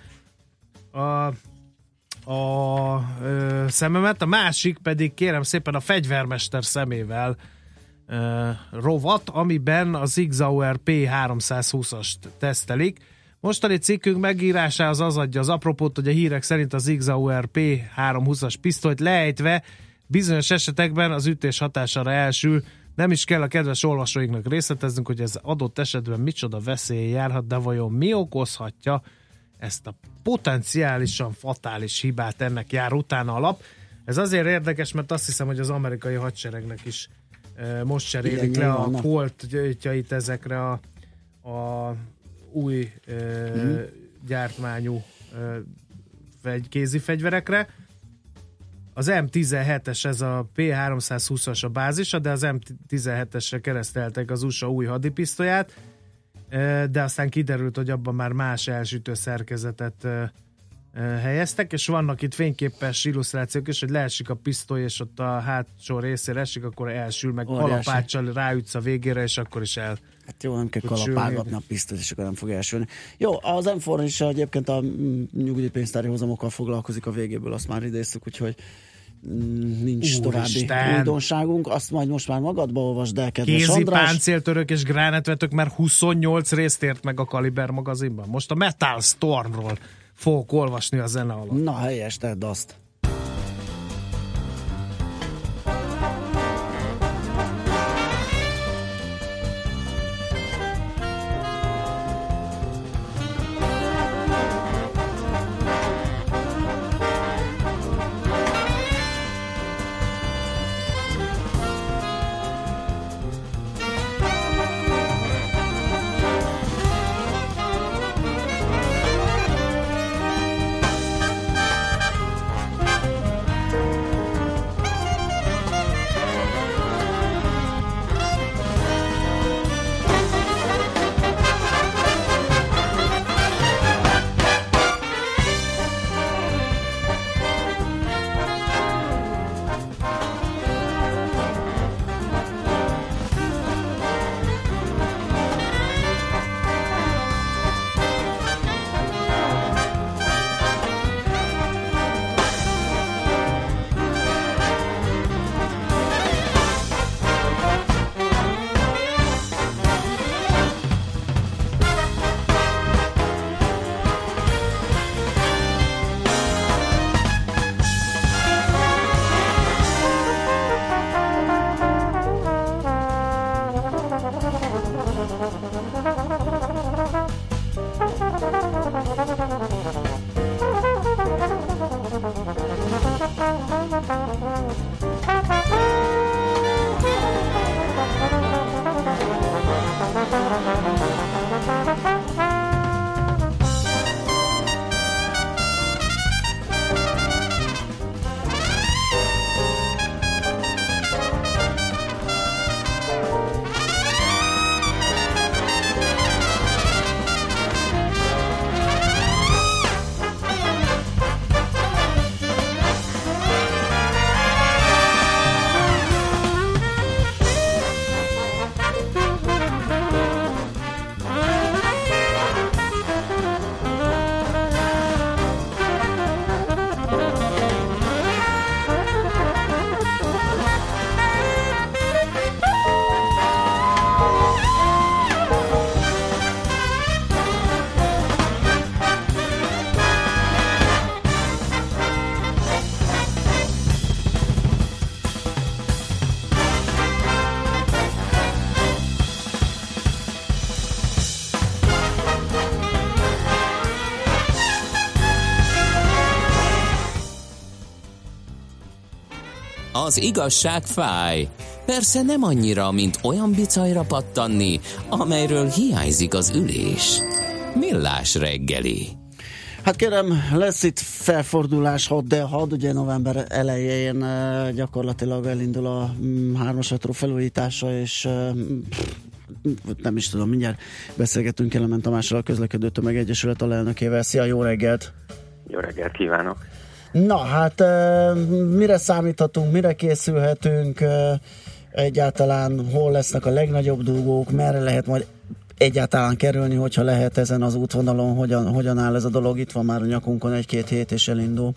a szememet. A másik pedig kérem szépen a fegyvermester szemével rovat, amiben a Sig Sauer P320-ast tesztelik. Mostani cikkünk megírásához az adja az apropót, hogy a hírek szerint a Sig Sauer P320-as pisztolyt leejtve bizonyos esetekben az ütés hatására elsül. Nem is kell a kedves olvasóinknak részleteznünk, hogy ez adott esetben micsoda veszély járhat, de vajon mi okozhatja ezt a potenciálisan fatális hibát, ennek jár utána a lap. Ez azért érdekes, mert azt hiszem, hogy az amerikai hadseregnek is most cserélik le a koltjait ezekre a új gyártmányú kézi fegyverekre. Az M17-es, ez a P320-as a bázisa, de az M17-esre kereszteltek az USA új hadipisztolyát, de aztán kiderült, hogy abban már más elsütő szerkezetet helyeztek, és vannak itt fényképes illusztrációk is, hogy leesik a pisztoly, és ott a hátsó részére esik, akkor elsül, meg kalapáccsal ráütsz a végére, és akkor is el. Hát jó, nem kell kalapálgatni a pisztolyt, és akkor nem fog elsülni. Jó, az M4 is egyébként a nyugdíjpénztári hozamokkal foglalkozik a végéből, azt már idéztük, úgyhogy nincs további újdonságunk. Azt majd most már magadba olvasd el, kedves Kézi András. páncéltörök és gránátvetők már 28 részt ért meg a Kaliber magazinban. Most a Metal Stormról fogok olvasni a zene alatt. Na, helyes, tedd azt. Az igazság fáj. Persze nem annyira, mint olyan bicajra pattanni, amelyről hiányzik az ülés. Millás reggeli. Hát kérem, lesz itt felfordulás, de ugye november elején gyakorlatilag elindul a 3-as metró felújítása, és nem is tudom, mindjárt beszélgetünk Kelemen Tamással, a Közlekedő Tömegegyesület alelnökével. Szia, jó reggelt! Jó reggelt kívánok! Na hát, mire számíthatunk, mire készülhetünk, egyáltalán hol lesznek a legnagyobb dugók, merre lehet majd egyáltalán kerülni, hogyha lehet ezen az útvonalon, hogyan áll ez a dolog? Itt van már a nyakunkon 1-2 hét és elindul.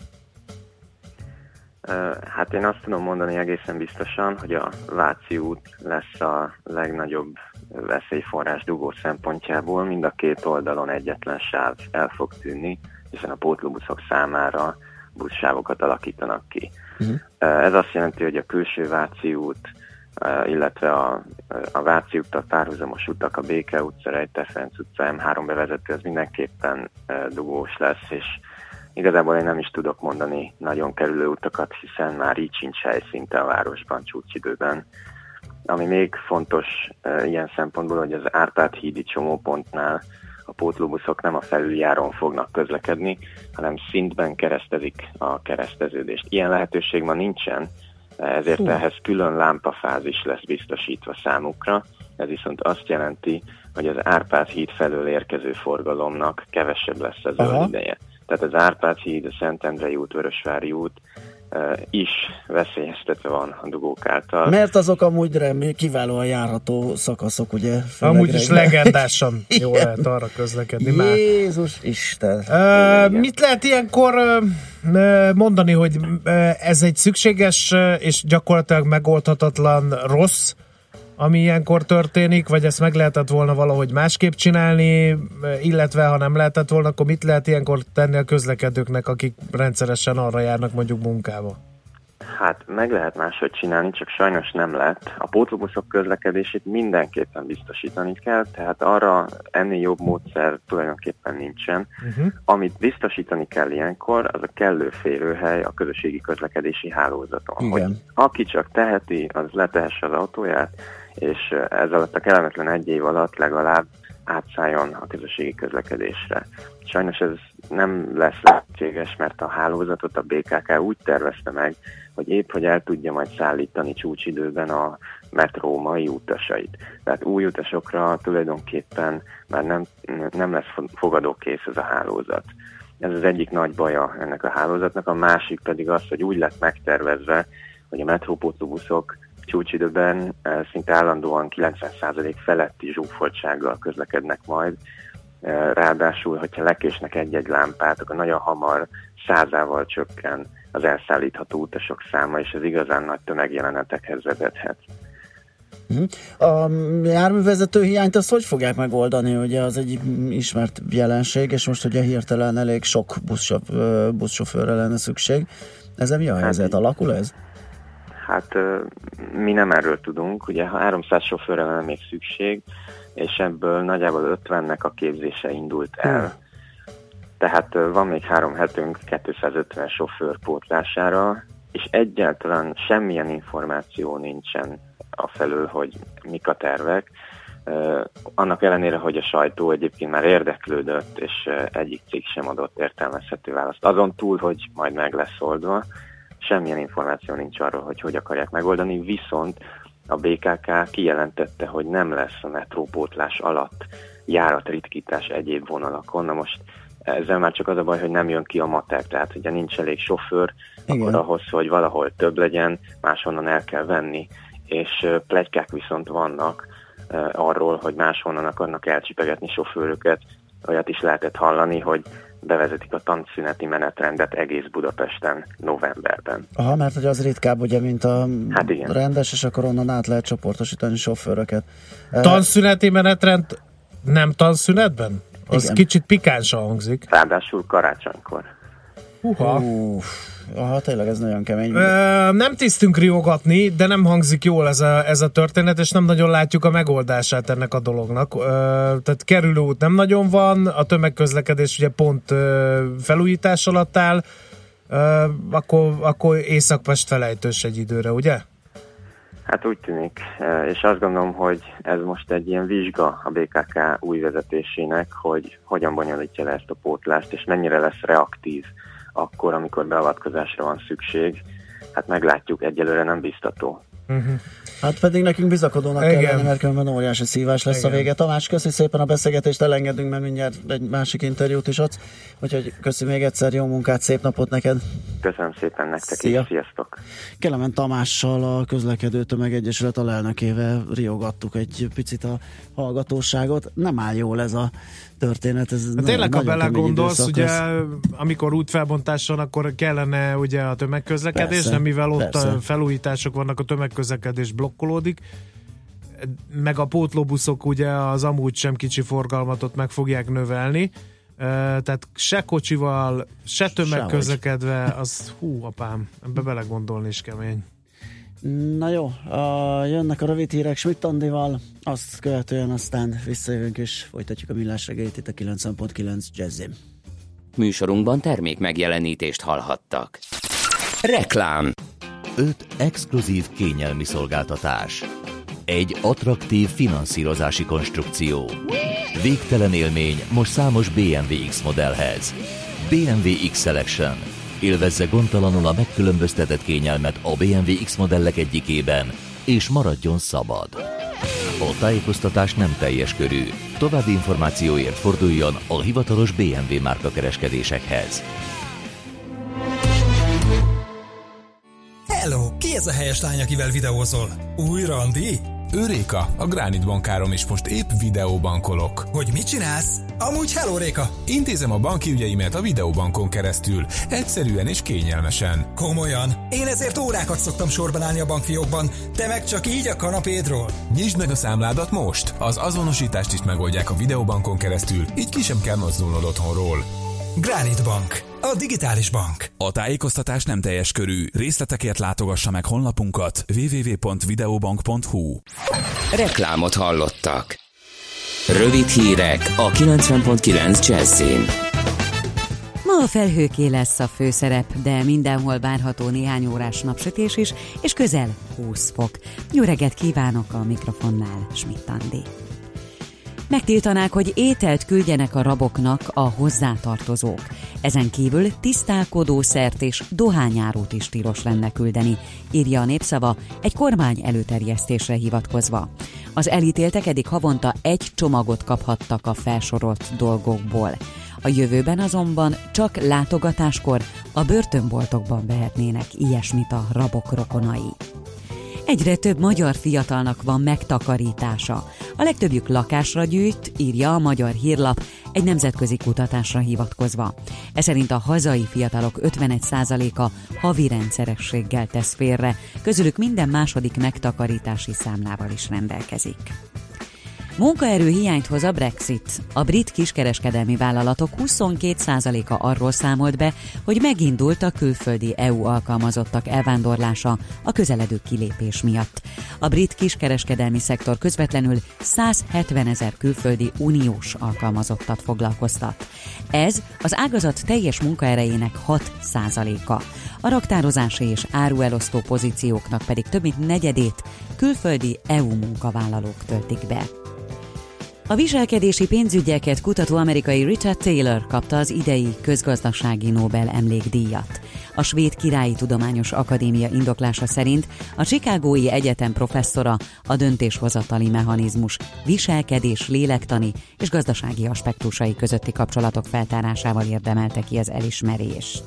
Hát én azt tudom mondani egészen biztosan, hogy a Váci út lesz a legnagyobb veszélyforrás dugó szempontjából. Mind a két oldalon egyetlen sáv el fog tűnni, hiszen a pótlóbuszok számára buszsávokat alakítanak ki. Ez azt jelenti, hogy a külső Váci út, illetve a Váci úttal párhuzamos utak, a Béke utca, Rejter-Ferenc utca, M3 bevezető, az mindenképpen dugós lesz, és igazából én nem is tudok mondani nagyon kerülő utakat, hiszen már így sincs hely szinte a városban csúcsidőben. Ami még fontos ilyen szempontból, hogy az Árpád hídi csomópontnál a pótlóbuszok nem a felüljáron fognak közlekedni, hanem szintben keresztezik a kereszteződést. Ilyen lehetőség ma nincsen, ezért ehhez külön lámpafázis lesz biztosítva számukra. Ez viszont azt jelenti, hogy az Árpád híd felől érkező forgalomnak kevesebb lesz a zöld ideje. Tehát az Árpád híd, a Szentendrei út, Vörösvári út is veszélyeztetve van a dugók által. Mert azok amúgy kiválóan járható szakaszok, ugye? Amúgy is legendásan jó lehet arra közlekedni. Jézus Isten! Mit lehet ilyenkor mondani, hogy ez egy szükséges és gyakorlatilag megoldhatatlan rossz, ami ilyenkor történik, vagy ezt meg lehetett volna valahogy másképp csinálni, illetve ha nem lehetett volna, akkor mit lehet ilyenkor tenni a közlekedőknek, akik rendszeresen arra járnak mondjuk munkába? Hát meg lehet máshogy csinálni, csak sajnos nem lett. A pótlóbuszok közlekedését mindenképpen biztosítani kell, tehát arra ennél jobb módszer tulajdonképpen nincsen. Amit biztosítani kell ilyenkor, az a kellő férőhely a közösségi közlekedési hálózaton. Hogy aki csak teheti, az letehesse az autóját, és ez alatt a kellemetlen egy év alatt legalább átszálljon a közösségi közlekedésre. Sajnos ez nem lesz lehetséges, mert a hálózatot a BKK úgy tervezte meg, hogy épp hogy el tudja majd szállítani csúcsidőben a metró mai utasait. Tehát új utasokra tulajdonképpen már nem lesz fogadókész ez a hálózat. Ez az egyik nagy baja ennek a hálózatnak, a másik pedig az, hogy úgy lett megtervezve, hogy a metrópótlóbuszok csúcsidőben szinte állandóan 90% feletti zsúfoltsággal közlekednek majd. Ráadásul, hogyha lekésnek egy-egy lámpát, akkor nagyon hamar 100-ával csökken az elszállítható utasok száma, és ez igazán nagy tömegjelenetekhez vezethet. A járművezető hiányt azt hogy fogják megoldani? Ugye az egy ismert jelenség, és most ugye hirtelen elég sok buszsofőrre lenne szükség. Ezen mi a helyzet? Alakul ez? Hát mi nem erről tudunk. Ugye 300 sofőrre lenne még szükség, és ebből nagyjából 50-nek a képzése indult el. Tehát van még 3 hetünk 250 sofőr pótlására, és egyáltalán semmilyen információ nincsen afelől, hogy mik a tervek. Annak ellenére, hogy a sajtó egyébként már érdeklődött, és egyik cég sem adott értelmezhető választ. Azon túl, hogy majd meg lesz oldva, semmilyen információ nincs arról, hogy akarják megoldani, viszont a BKK kijelentette, hogy nem lesz a metrópótlás alatt járatritkítás egyéb vonalakon. Na most ezzel már csak az a baj, hogy nem jön ki a matek, tehát hogyha nincs elég sofőr, akkor ahhoz, hogy valahol több legyen, máshonnan el kell venni, és pletykák viszont vannak arról, hogy máshonnan akarnak elcsipegetni sofőröket. Olyat is lehetett hallani, hogy bevezetik a tanszüneti menetrendet egész Budapesten novemberben. Aha, mert hogy az ritkább, ugye, mint a rendes, és akkor onnan át lehet csoportosítani sofőröket. Tanszüneti menetrend nem tanszünetben? Az Igen. Kicsit pikánsan hangzik. Ráadásul karácsonykor. Aha, tényleg ez nagyon kemény. Nem tisztünk riogatni, de nem hangzik jól ez a történet, és nem nagyon látjuk a megoldását ennek a dolognak. Tehát kerülőút nem nagyon van, a tömegközlekedés ugye pont felújítás alatt áll, akkor Észak-Pest felejtős egy időre, ugye? Hát úgy tűnik, és azt gondolom, hogy ez most egy ilyen vizsga a BKK új vezetésének, hogy hogyan bonyolítja le ezt a pótlást, és mennyire lesz reaktív akkor, amikor beavatkozásra van szükség. Hát meglátjuk, egyelőre nem biztató. Hát pedig nekünk bizakodónak kell lenni, mert különben óriási szívás lesz a vége. Tamás, köszi szépen a beszélgetést, elengedünk, mert mindjárt egy másik interjút is adsz. Úgyhogy köszi még egyszer, jó munkát, szép napot neked. Köszönöm szépen nektek is, sziasztok. Kelemen Tamással, a Közlekedő Tömegegyesület alelnökével riogattuk egy picit a hallgatóságot. Nem áll jól ez a történet. Ez tényleg, ha belegondolsz, ugye, amikor útfelbontás van, akkor kellene ugye a tömegközlekedés, persze, nem mivel ott a felújítások vannak, a tömegközlekedés blokkolódik, meg a pótlóbuszok ugye az amúgy sem kicsi forgalmat meg fogják növelni, tehát se kocsival, se tömegközlekedve, az apám, ebbe belegondolni is kemény. Na jó, jönnek a rövid hírek Schmidt Andival, azt követően aztán visszajövünk és folytatjuk a Millás reggelit itt a 90.9 Jazzin. Műsorunkban termék megjelenítést hallhattak. Reklám. 5 exkluzív kényelmi szolgáltatás. Egy attraktív finanszírozási konstrukció. Végtelen élmény most számos BMW X modellhez. BMW X Selection. Élvezze gondtalanul a megkülönböztetett kényelmet a BMW X modellek egyikében, és maradjon szabad. A tájékoztatás nem teljes körű. További információért forduljon a hivatalos BMW márkakereskedésekhez. Hello! Ki ez a helyes lány, akivel videózol? Új randi? Réka, a Granit bankárom, és most épp videóbankolok. Hogy mit csinálsz? Amúgy hello, Réka! Intézem a banki ügyeimet a videóbankon keresztül. Egyszerűen és kényelmesen. Komolyan? Én ezért órákat szoktam sorban állni a bankfiókban, te meg csak így a kanapédról. Nyisd meg a számládat most! Az azonosítást is megoldják a videóbankon keresztül, így ki sem kell mozdulnod otthonról. Granit Bank. A digitális bank. A tájékoztatás nem teljes körű. Részletekért látogassa meg honlapunkat www.videobank.hu. Reklámot hallottak. Rövid hírek a 90.9 Jazzin. Ma a felhőké lesz a főszerep, de mindenhol várható néhány órás napsütés is, és közel 20 fok. Jó reggelt kívánok, a mikrofonnál Schmidt Andi. Megtiltanák, hogy ételt küldjenek a raboknak a hozzátartozók. Ezen kívül tisztálkodószert és dohányárút is tilos lenne küldeni, írja a Népszava egy kormány előterjesztésre hivatkozva. Az elítéltek eddig havonta egy csomagot kaphattak a felsorolt dolgokból. A jövőben azonban csak látogatáskor a börtönboltokban vehetnének ilyesmit a rabok rokonai. Egyre több magyar fiatalnak van megtakarítása. A legtöbbjük lakásra gyűjt, írja a Magyar Hírlap egy nemzetközi kutatásra hivatkozva. Eszerint a hazai fiatalok 51%-a havi rendszerességgel tesz félre, közülük minden második megtakarítási számlával is rendelkezik. Munkaerő hiányt hoz a Brexit. A brit kiskereskedelmi vállalatok 22%-a arról számolt be, hogy megindult a külföldi EU alkalmazottak elvándorlása a közeledő kilépés miatt. A brit kiskereskedelmi szektor közvetlenül 170 000 külföldi uniós alkalmazottat foglalkoztat. Ez az ágazat teljes munkaerejének 6%-a. A raktározási és áruelosztó pozícióknak pedig több mint negyedét külföldi EU munkavállalók töltik be. A viselkedési pénzügyeket kutató amerikai Richard Taylor kapta az idei közgazdasági Nobel emlékdíjat. A Svéd Királyi Tudományos Akadémia indoklása szerint a Chicagói Egyetem professzora a döntéshozatali mechanizmus, viselkedés, lélektani és gazdasági aspektusai közötti kapcsolatok feltárásával érdemelte ki az elismerést.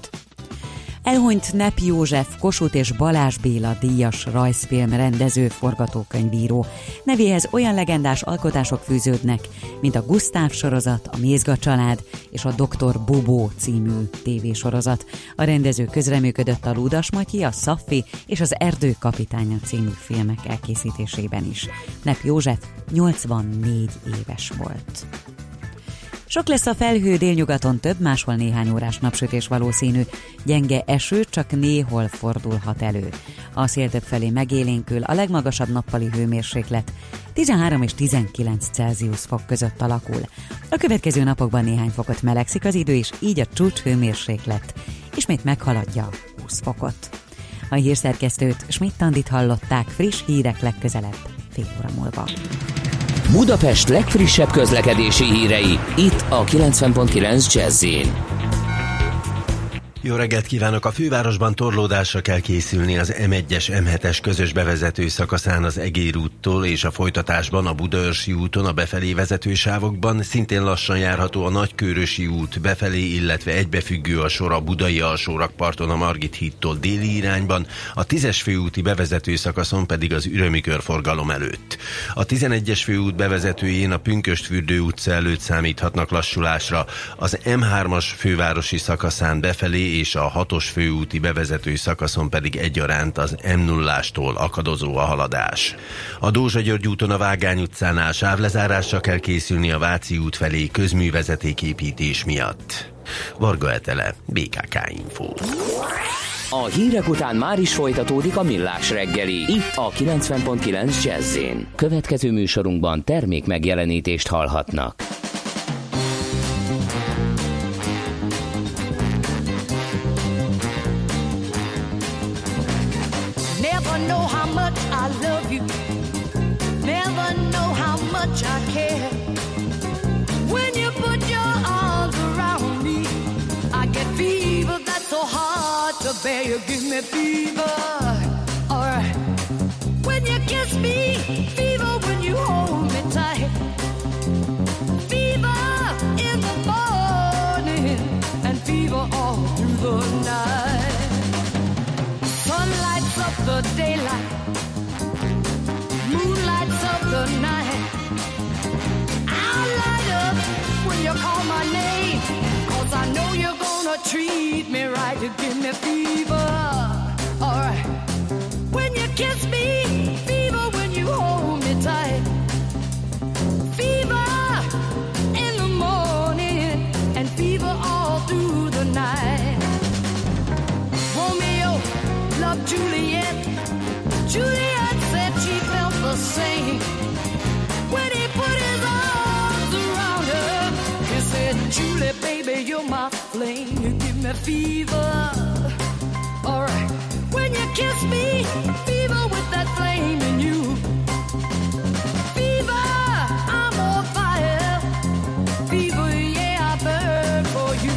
Elhunyt Nepp József, Kossuth és Balázs Béla díjas rajzfilm rendező, forgatókönyvíró. Nevéhez olyan legendás alkotások fűződnek, mint a Gusztáv sorozat, a Mézga család és a Dr. Bobó című tévésorozat. A rendező közreműködött a Ludas Matyi, a Szaffi és az Erdő kapitánya című filmek elkészítésében is. Nepp József 84 éves volt. Sok lesz a felhő, délnyugaton több, máshol néhány órás napsütés valószínű. Gyenge eső csak néhol fordulhat elő. A szél többfelé megélénkül, a legmagasabb nappali hőmérséklet 13 és 19 Celsius fok között alakul. A következő napokban néhány fokot melegszik az idő, és így a csúcs hőmérséklet ismét meghaladja 20 fokot. A hírszerkesztőt, Schmidt Andit hallották, friss hírek legközelebb fél óra múlva. Budapest legfrissebb közlekedési hírei, itt a 90.9 Jazz-in. Jó reggelt kívánok! A fővárosban torlódásra kell készülni az M1-es, M7-es közös bevezető szakaszán az Egér úttól, és a folytatásban a Budaörsi úton a befelé vezető sávokban, szintén lassan járható a Nagykőrösi út befelé, illetve egybefüggő a sor a Budai alsórakparton a Margit hídtól déli irányban, a 10-es főúti bevezető szakaszon pedig az Ürömi körforgalom előtt. A 11-es főút bevezetőjén a Pünkösdfürdő utca előtt számíthatnak lassulásra, az M3-as fővárosi szakaszán befelé és a 6-os főúti bevezető szakaszon pedig egyaránt az M0-ástól akadozó a haladás. A Dózsa György úton a Vágány utcánál sávlezárásra kell készülni a Váci út felé közművezetéképítés miatt. Varga Etele, BKK Info. A hírek után már is folytatódik a Millás reggeli, itt a 90.9 Jazz-én. Következő műsorunkban termék megjelenítést hallhatnak. Never know how much I love you. Never know how much I care. When you put your arms around me, I get fever that's so hard to bear. You give me fever. Alright. When you kiss me, fever when you hold me tight. Fever in the morning and fever all through the night. Sun lights up give me fever. Alright. When you kiss me, fever when you hold me tight. Fever in the morning and fever all through the night. Romeo loved Juliet. Juliet said she felt the same. When he put his arms around her, he said, Julie, baby, you're my flame. You give me fever. Alright. When you kiss me, fever with that flame in you. Fever, I'm on fire. Fever, yeah, I burn for you.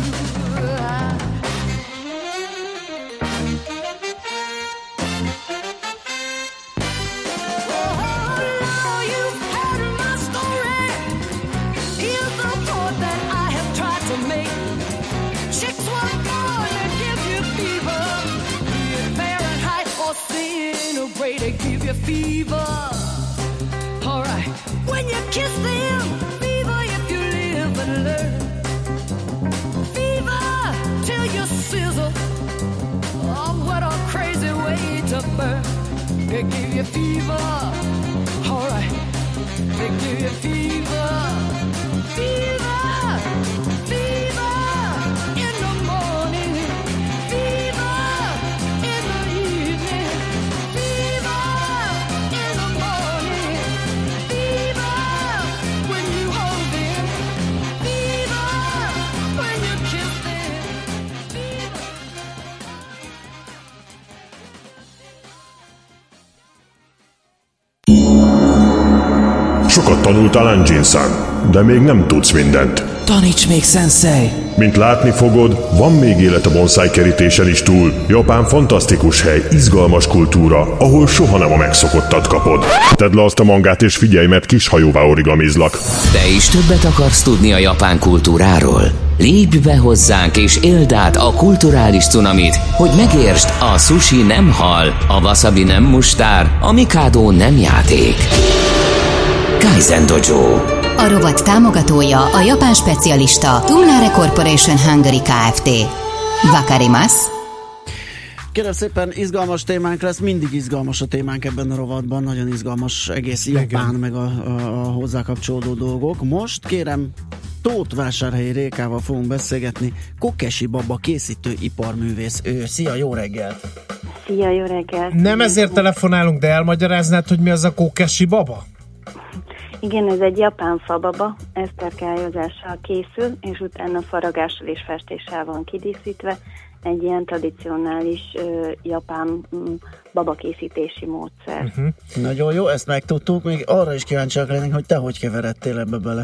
Oh, you've heard my story. Here's the point that I have tried to make. Chicks were born to give you fever. Be it Fahrenheit or centigrade, they give you fever. Alright, when you kiss them, fever if you live and learn. Fever till you sizzle. Oh, what a crazy way to burn. They give you fever. Alright, they give you fever. Fever, fever in the morning. Fever in the evening. Fever in the morning. Fever when you hold them. Fever when you kiss them. Sokat tanultál Anjin-san, de még nem tudsz mindent. Taníts még, sensei! Mint látni fogod, van még élet a bonsai kerítésen is túl. Japán fantasztikus hely, izgalmas kultúra, ahol soha nem a megszokottat kapod. Tedd le azt a mangát és figyelj, mert kis hajóvá origamizlak. Te is többet akarsz tudni a japán kultúráról? Lépj be hozzánk és éld át a kulturális cunamit, hogy megértsd, a sushi nem hal, a wasabi nem mustár, a mikádó nem játék. Kaizen Dojo. A rovat támogatója a japán specialista Tumlare Corporation Hungary Kft. Wakarimasu. Kérem szépen, izgalmas témánk lesz, mindig izgalmas a témánk ebben a rovatban, nagyon izgalmas egész Japán, meg a hozzá kapcsolódó dolgok. Most kérem, Tóthvásárhelyi Rékával fogunk beszélgetni, Kokeshi Baba készítő iparművész ő. Szia, jó reggelt! Szia, jó reggelt! Nem ezért telefonálunk, de elmagyaráznád, hogy mi az a Kokeshi Baba? Igen, ez egy japán fababa, esztergályozással készül, és utána faragással és festéssel van kidíszítve. Egy ilyen tradicionális japán babakészítési módszer. Uh-huh. Nagyon jó, ezt megtudtuk, még arra is kíváncsiak lennénk, hogy te hogy keveredtél ebbe bele.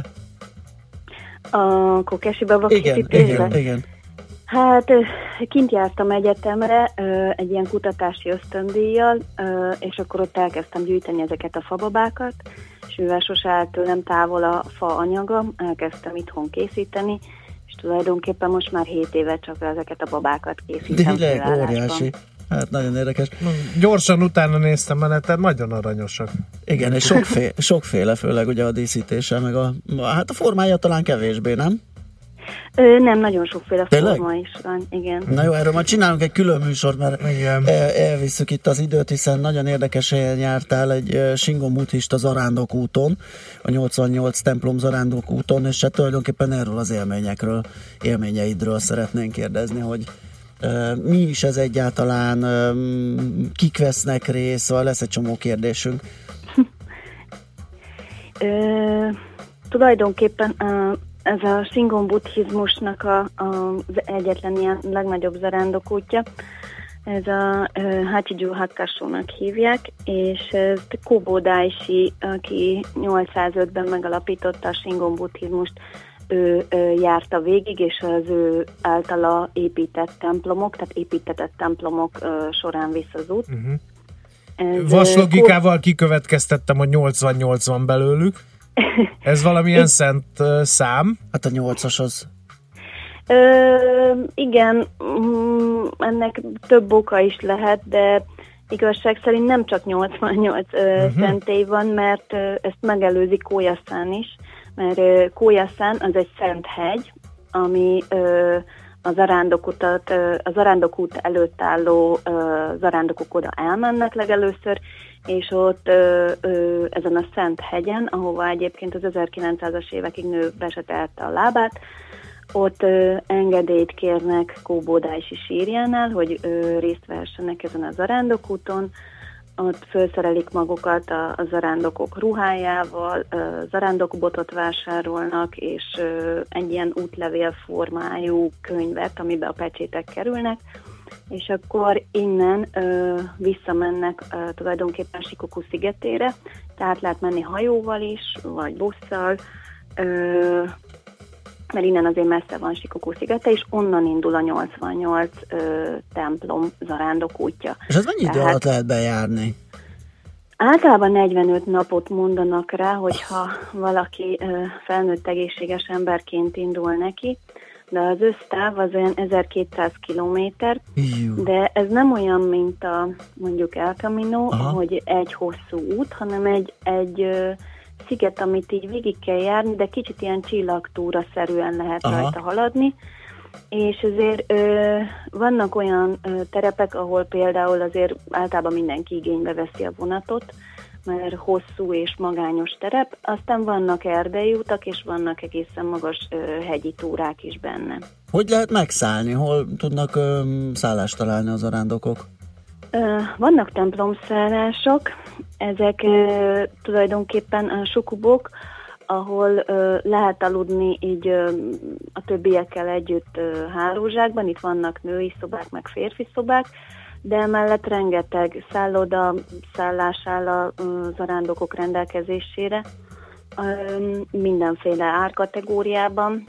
A Kokeshi Baba készítésbe? Igen. Hát kint jártam egyetemre egy ilyen kutatási ösztöndíjjal, és akkor ott elkezdtem gyűjteni ezeket a fababákat, és mivel sose állt tőlem távol a fa anyaga, elkezdtem itthon készíteni, és tulajdonképpen most már 7 éve csak ezeket a babákat készítem. Tényleg, óriási. Hát nagyon érdekes. Gyorsan utána néztem, mert nagyon aranyosak. Igen, és sokféle, főleg ugye a díszítése, meg a formája talán kevésbé, nem? Nem, nagyon sokféle forma is van, igen. Na jó, erről már csinálunk egy külön műsort, mert elvisszük itt az időt, hiszen nagyon érdekes helyen jártál, egy Shingon buddhista Zarándok úton, a 88 templom Zarándok úton, és hát tulajdonképpen erről az élményeidről szeretnénk kérdezni, hogy mi is ez egyáltalán, kik vesznek részt, szóval lesz egy csomó kérdésünk. Tulajdonképpen ez a Shingon buddhizmusnak az egyetlen ilyen legnagyobb zarándokútja. Ez a Hachiju Hakkasónak hívják, és Kobo Daishi, aki 805-ben megalapította a Shingon buddhizmust, ő járta végig, és az ő általa épített templomok, tehát építetett templomok során visz az út. Vaslogikával kikövetkeztettem, hogy 88 van belőlük. Ez valamilyen szent szám? Hát a 8-as az. Igen, ennek több oka is lehet, de igazság szerint nem csak 88 szentély van, mert ezt megelőzi Koyasan is, mert Koyasan az egy szent hegy, ami a zarándokút előtt álló zarándokok oda elmennek legelőször, és ott ezen a Szent hegyen, ahova egyébként az 1900-as évekig nő besetelte a lábát, ott engedélyt kérnek Kóbódájsi sírjánál, hogy részt vehessenek ezen a zarándokúton. Ott felszerelik magukat a zarándokok ruhájával, zarándokbotot vásárolnak, és egy ilyen útlevél formájú könyvet, amiben a pecsétek kerülnek, és akkor innen visszamennek tulajdonképpen Shikoku szigetére, tehát lehet menni hajóval is, vagy busszal, mert innen azért messze van Shikoku szigete, és onnan indul a 88 templom zarándokútja. És ez mennyi idő alatt lehet bejárni? Általában 45 napot mondanak rá, hogyha valaki felnőtt egészséges emberként indul neki, de az össztáv az olyan 1200 kilométer, de ez nem olyan, mint a mondjuk El Camino, hogy egy hosszú út, hanem egy sziget, amit így végig kell járni, de kicsit ilyen csillagtúra-szerűen lehet rajta haladni, és azért vannak olyan terepek, ahol például azért általában mindenki igénybe veszi a vonatot, mert hosszú és magányos terep, aztán vannak erdei utak, és vannak egészen magas hegyi túrák is benne. Hogy lehet megszállni? Hol tudnak szállást találni az zarándokok? Vannak templomszállások, ezek tulajdonképpen a sukubok, ahol lehet aludni így a többiekkel együtt hálózsákban, itt vannak női szobák, meg férfi szobák, de emellett rengeteg szálloda, szállás áll a zarándokok rendelkezésére, mindenféle árkategóriában,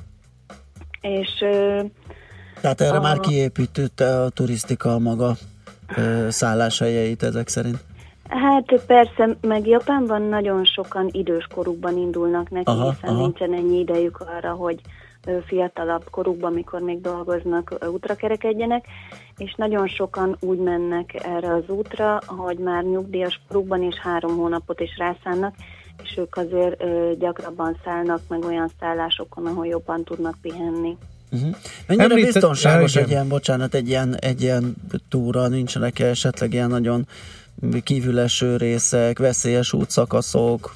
és tehát erre már kiépítette a turisztika maga szálláshelyeit ezek szerint? Hát persze, meg Japánban nagyon sokan idős korukban indulnak neki, hiszen nincsen ennyi idejük arra, hogy fiatalabb korukban, mikor még dolgoznak, útra kerekedjenek, és nagyon sokan úgy mennek erre az útra, hogy már nyugdíjas korukban és 3 hónapot is rászánnak, és ők azért gyakrabban szállnak meg olyan szállásokon, ahol jobban tudnak pihenni. Mennyire biztonságos egy ilyen túra, nincsenek esetleg ilyen nagyon kívüleső részek, veszélyes útszakaszok?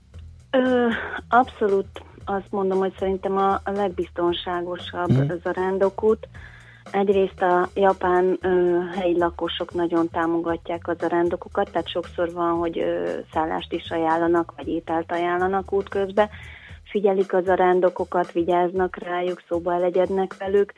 Abszolút azt mondom, hogy szerintem a legbiztonságosabb zarándokút. Egyrészt a japán helyi lakosok nagyon támogatják a zarándokokat, tehát sokszor van, hogy szállást is ajánlanak, vagy ételt ajánlanak útközben. Figyelik a zarándokokat, vigyáznak rájuk, szóba elegyednek velük.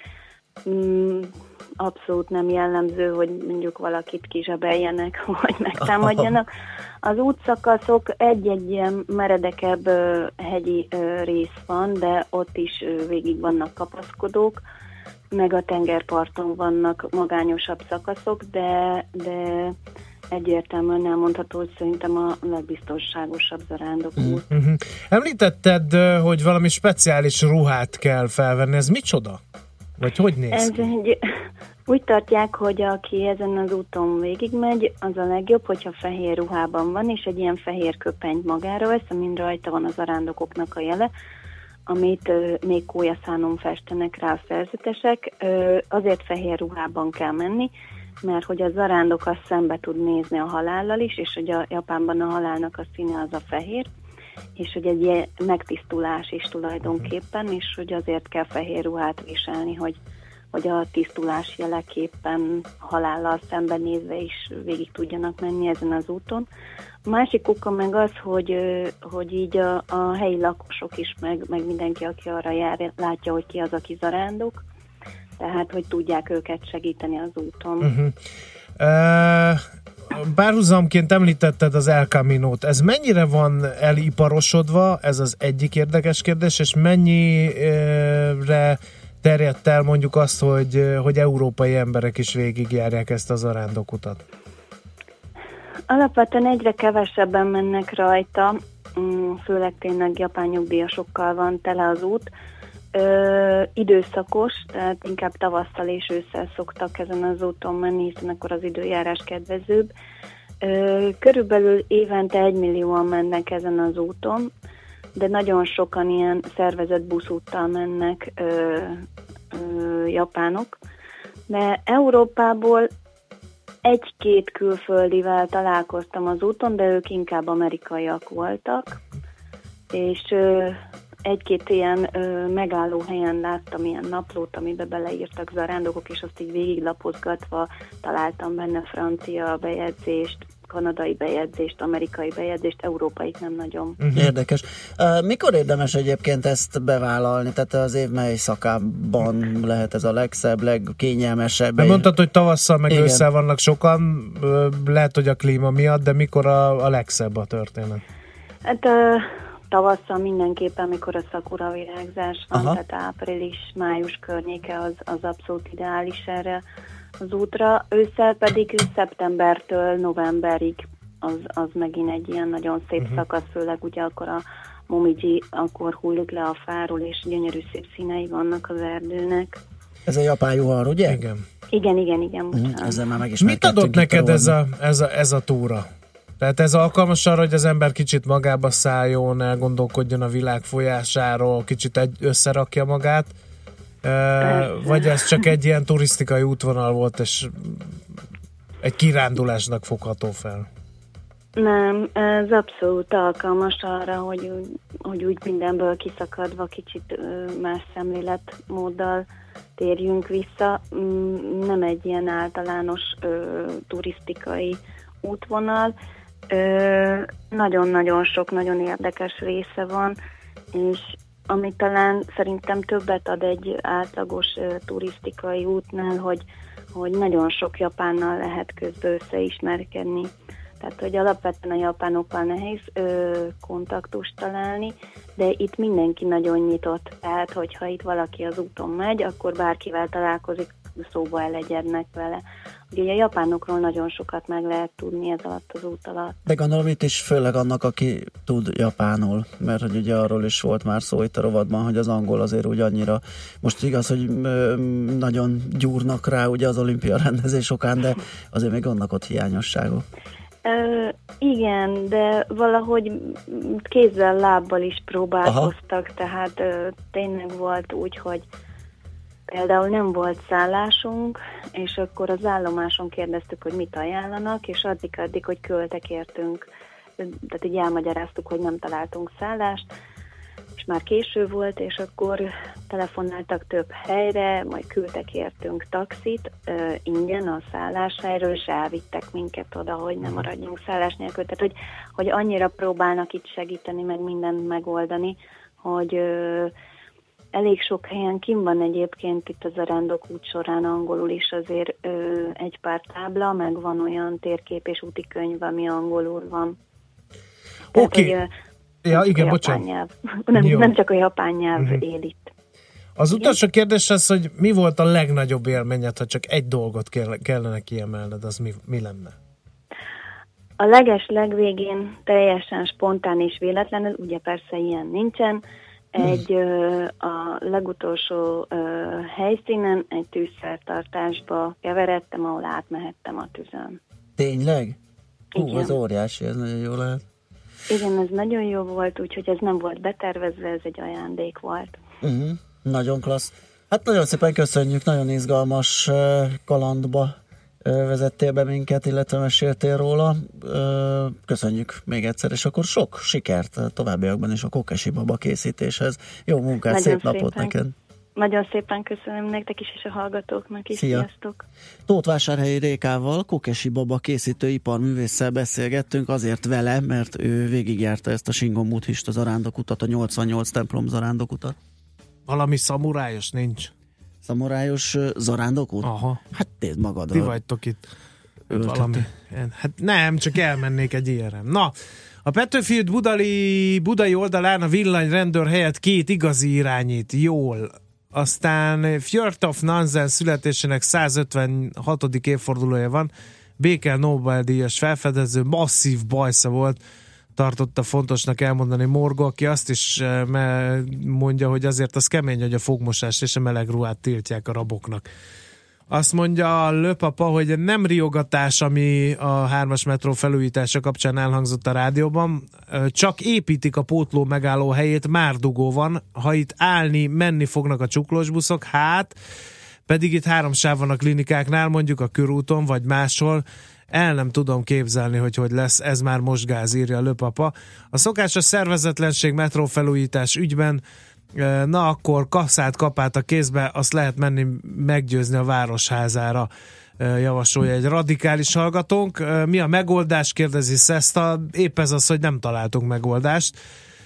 Abszolút nem jellemző, hogy mondjuk valakit kizsebeljenek, vagy megtámadjanak. Az útszakaszok egy-egy ilyen meredekebb hegyi rész van, de ott is végig vannak kapaszkodók, meg a tengerparton vannak magányosabb szakaszok, de egyértelműen elmondható, hogy szerintem a legbiztonságosabb zarándokút. Említetted, hogy valami speciális ruhát kell felvenni. Ez micsoda? Vagy hogy néz ki? Úgy tartják, hogy aki ezen az úton végigmegy, az a legjobb, hogyha fehér ruhában van, és egy ilyen fehér köpenyt magára vesz, amin rajta van az zarándokoknak a jele, amit még kólyaszánon festenek rá a szerzetesek. Azért fehér ruhában kell menni, mert hogy a zarándok az szembe tud nézni a halállal is, és hogy a Japánban a halálnak a színe az a fehér, és hogy egy ilyen megtisztulás is tulajdonképpen, és hogy azért kell fehér ruhát viselni, hogy a tisztulás jeleképpen halállal szembenézve is végig tudjanak menni ezen az úton. A másik oka meg az, hogy így a helyi lakosok is, meg mindenki, aki arra jár, látja, hogy ki az, aki zarándok, tehát, hogy tudják őket segíteni az úton. Párhuzamként említetted az El Caminót. Ez mennyire van eliparosodva? Ez az egyik érdekes kérdés, és mennyire terjedt el mondjuk azt, hogy európai emberek is végigjárják ezt a zarándokutat? Alapvetően egyre kevesebben mennek rajta, főleg tényleg japán nyugdíjasokkal van tele az út. Időszakos, tehát inkább tavasszal és ősszel szoktak ezen az úton menni, hiszen akkor az időjárás kedvezőbb. Körülbelül évente 1 millióan mennek ezen az úton, de nagyon sokan ilyen szervezett buszúttal mennek japánok, de Európából egy-két külföldivel találkoztam az úton, de ők inkább amerikaiak voltak, és egy-két ilyen megállóhelyen láttam ilyen naplót, amiben beleírtak zarándokok, és azt így végiglapozgatva találtam benne francia bejegyzést, kanadai bejegyzést, amerikai bejegyzést, európaik nem nagyon. Érdekes. Mikor érdemes egyébként ezt bevállalni? Tehát az év mely szakában lehet ez a legszebb, legkényelmesebb? Mert mondtad, hogy tavasszal meg ősszel vannak sokan, lehet, hogy a klíma miatt, de mikor a legszebb a történet? Hát tavasszal mindenképpen, amikor a szakura virágzás van, tehát április-május környéke az abszolút ideális erre az útra. Ősszel pedig szeptembertől novemberig az megint egy ilyen nagyon szép szakasz, főleg ugye akkor a momiji akkor hullik le a fáról, és gyönyörű szép színei vannak az erdőnek. Ez a japán juhar, ugye? Igen. Ezzel már mit adott neked ez a túra? Tehát ez alkalmas arra, hogy az ember kicsit magába szálljon, elgondolkodjon a világ folyásáról, kicsit összerakja magát, vagy ez csak egy ilyen turisztikai útvonal volt, és egy kirándulásnak fogható fel? Nem, ez abszolút alkalmas arra, hogy úgy mindenből kiszakadva kicsit más szemléletmóddal térjünk vissza. Nem egy ilyen általános turisztikai útvonal. Nagyon-nagyon sok, nagyon érdekes része van, és ami talán szerintem többet ad egy átlagos turisztikai útnál, hogy nagyon sok japánnal lehet közben összeismerkedni. Tehát, hogy alapvetően a japánokkal nehéz kontaktust találni, de itt mindenki nagyon nyitott. Tehát, hogyha itt valaki az úton megy, akkor bárkivel találkozik, szóba elegyednek vele. Ugye a japánokról nagyon sokat meg lehet tudni ez alatt az út alatt. De gondolom itt is főleg annak, aki tud japánul, mert hogy ugye arról is volt már szó itt a rovatban, hogy az angol azért úgy annyira, most igaz, hogy nagyon gyúrnak rá ugye az olimpia rendezés okán, de azért még vannak ott hiányosságok. Igen, de valahogy kézzel, lábbal is próbálkoztak, tehát tényleg volt úgy, hogy például nem volt szállásunk, és akkor az állomáson kérdeztük, hogy mit ajánlanak, és addig, hogy küldtek értünk, tehát így elmagyaráztuk, hogy nem találtunk szállást, és már késő volt, és akkor telefonáltak több helyre, majd küldtek értünk taxit ingyen a szálláshelyről, és elvittek minket oda, hogy nem maradjunk szállás nélkül. Tehát, hogy annyira próbálnak itt segíteni, meg mindent megoldani, hogy elég sok helyen kim van egyébként itt az Zarándokút során angolul is azért egy pár tábla, meg van olyan térkép és útikönyv, ami angolul van. Oké. Ja, igen, bocsánat. Nem csak a japán nyelv él itt. Az utolsó kérdés az, hogy mi volt a legnagyobb élményed, ha csak egy dolgot kellene kiemelned, az mi lenne? A legvégén teljesen spontán és véletlenül, ugye persze ilyen nincsen, a legutolsó helyszínen egy tűzszertartásba keveredtem, ahol átmehettem a tűzön. Tényleg? Ez óriási, ez nagyon jó lehet. Igen, ez nagyon jó volt, úgyhogy ez nem volt betervezve, ez egy ajándék volt. Nagyon klassz. Hát nagyon szépen köszönjük, nagyon izgalmas kalandba vezettél be minket, illetve meséltél róla. Köszönjük még egyszer, és akkor sok sikert a továbbiakban is a Kokesi baba készítéshez. Jó munkát, nagyon szép napot neked! Nagyon szépen köszönöm nektek is, és a hallgatóknak is. Szia. Sziasztok! Tóthvásárhelyi Rékával, Kokesi baba készítő iparművésszel beszélgettünk, azért vele, mert ő végigjárta ezt a Shingon Buddhist, az zarándokutat, a 88 templom zarándokutat. Valami szamurájos nincs? Szamurájos zarándokút? Aha. Hát nézd magadra. Ti vagytok itt. Valami. Hát nem, csak elmennék egy ilyenre. Na, a Petőfi budai oldalán a villanyrendőr helyett 2 igazi irányít. Jól. Aztán Fjörtof Nansen születésének 156. évfordulója van. Békel Nobel-díjas felfedező, masszív bajsza volt, tartotta fontosnak elmondani Morgo, aki azt is mondja, hogy azért az kemény, hogy a fogmosás és a meleg ruhát tiltják a raboknak. Azt mondja a Löpapa, hogy nem riogatás, ami a 3-as metró felújítása kapcsán elhangzott a rádióban, csak építik a pótló megálló helyét, már dugó van, ha itt állni, menni fognak a csuklós buszok, hát pedig itt 3 sáv van a klinikáknál, mondjuk a körúton vagy máshol, el nem tudom képzelni, hogy lesz, ez már most gáz, írja a Löpapa. A szokásos szervezetlenség metrófelújítás ügyben, na akkor kasszát kapát a kézbe, azt lehet menni meggyőzni a Városházára, javasolja egy radikális hallgatónk. Mi a megoldás, kérdezi Szeszta, épp ez az, hogy nem találtunk megoldást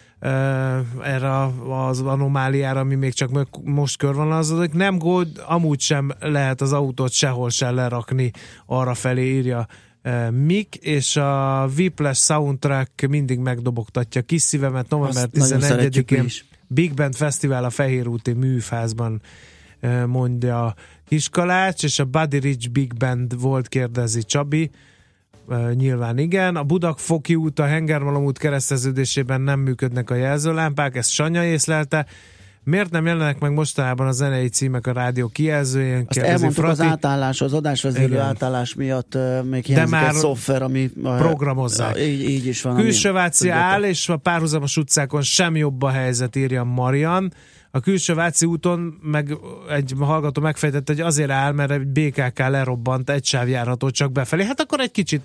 erre az anomáliára, ami még csak most körvonalazódik. Nem gond, amúgy sem lehet az autót sehol sem lerakni arra felé, írja Mik, és a Whiplash soundtrack mindig megdobogtatja kis szívemet. November 11-én Big Band Fesztivál a Fehérúti Műfázban, mondja Kiskalács, és a Buddy Rich Big Band volt, kérdezi Csabi. Nyilván igen. A Budafoki út, a Hengermalom út kereszteződésében nem működnek a jelzőlámpák, ezt Sanya észlelte. Miért nem jelennek meg mostanában a zenei címek a rádió kijelzőjén? Azt elmondtuk az átállás, az adásvezérő átállás miatt még hiányzik egy szoftver, ami programozzák. Így is van. Külső-Váci áll, és a párhuzamos utcákon sem jobb a helyzet, írja Marian. A Külső-Váci úton meg egy hallgató megfejtette, hogy azért áll, mert egy BKK lerobbant, egy sáv járható csak befelé. Hát akkor egy kicsit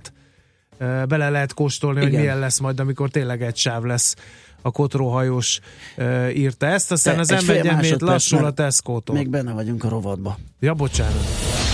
bele lehet kóstolni, igen, hogy milyen lesz majd, amikor tényleg egy sáv lesz. A Kotróhajós írta ezt, aztán az M1-emét lassul a Tesco-tól. Még benne vagyunk a rovatba. Ja, bocsánat.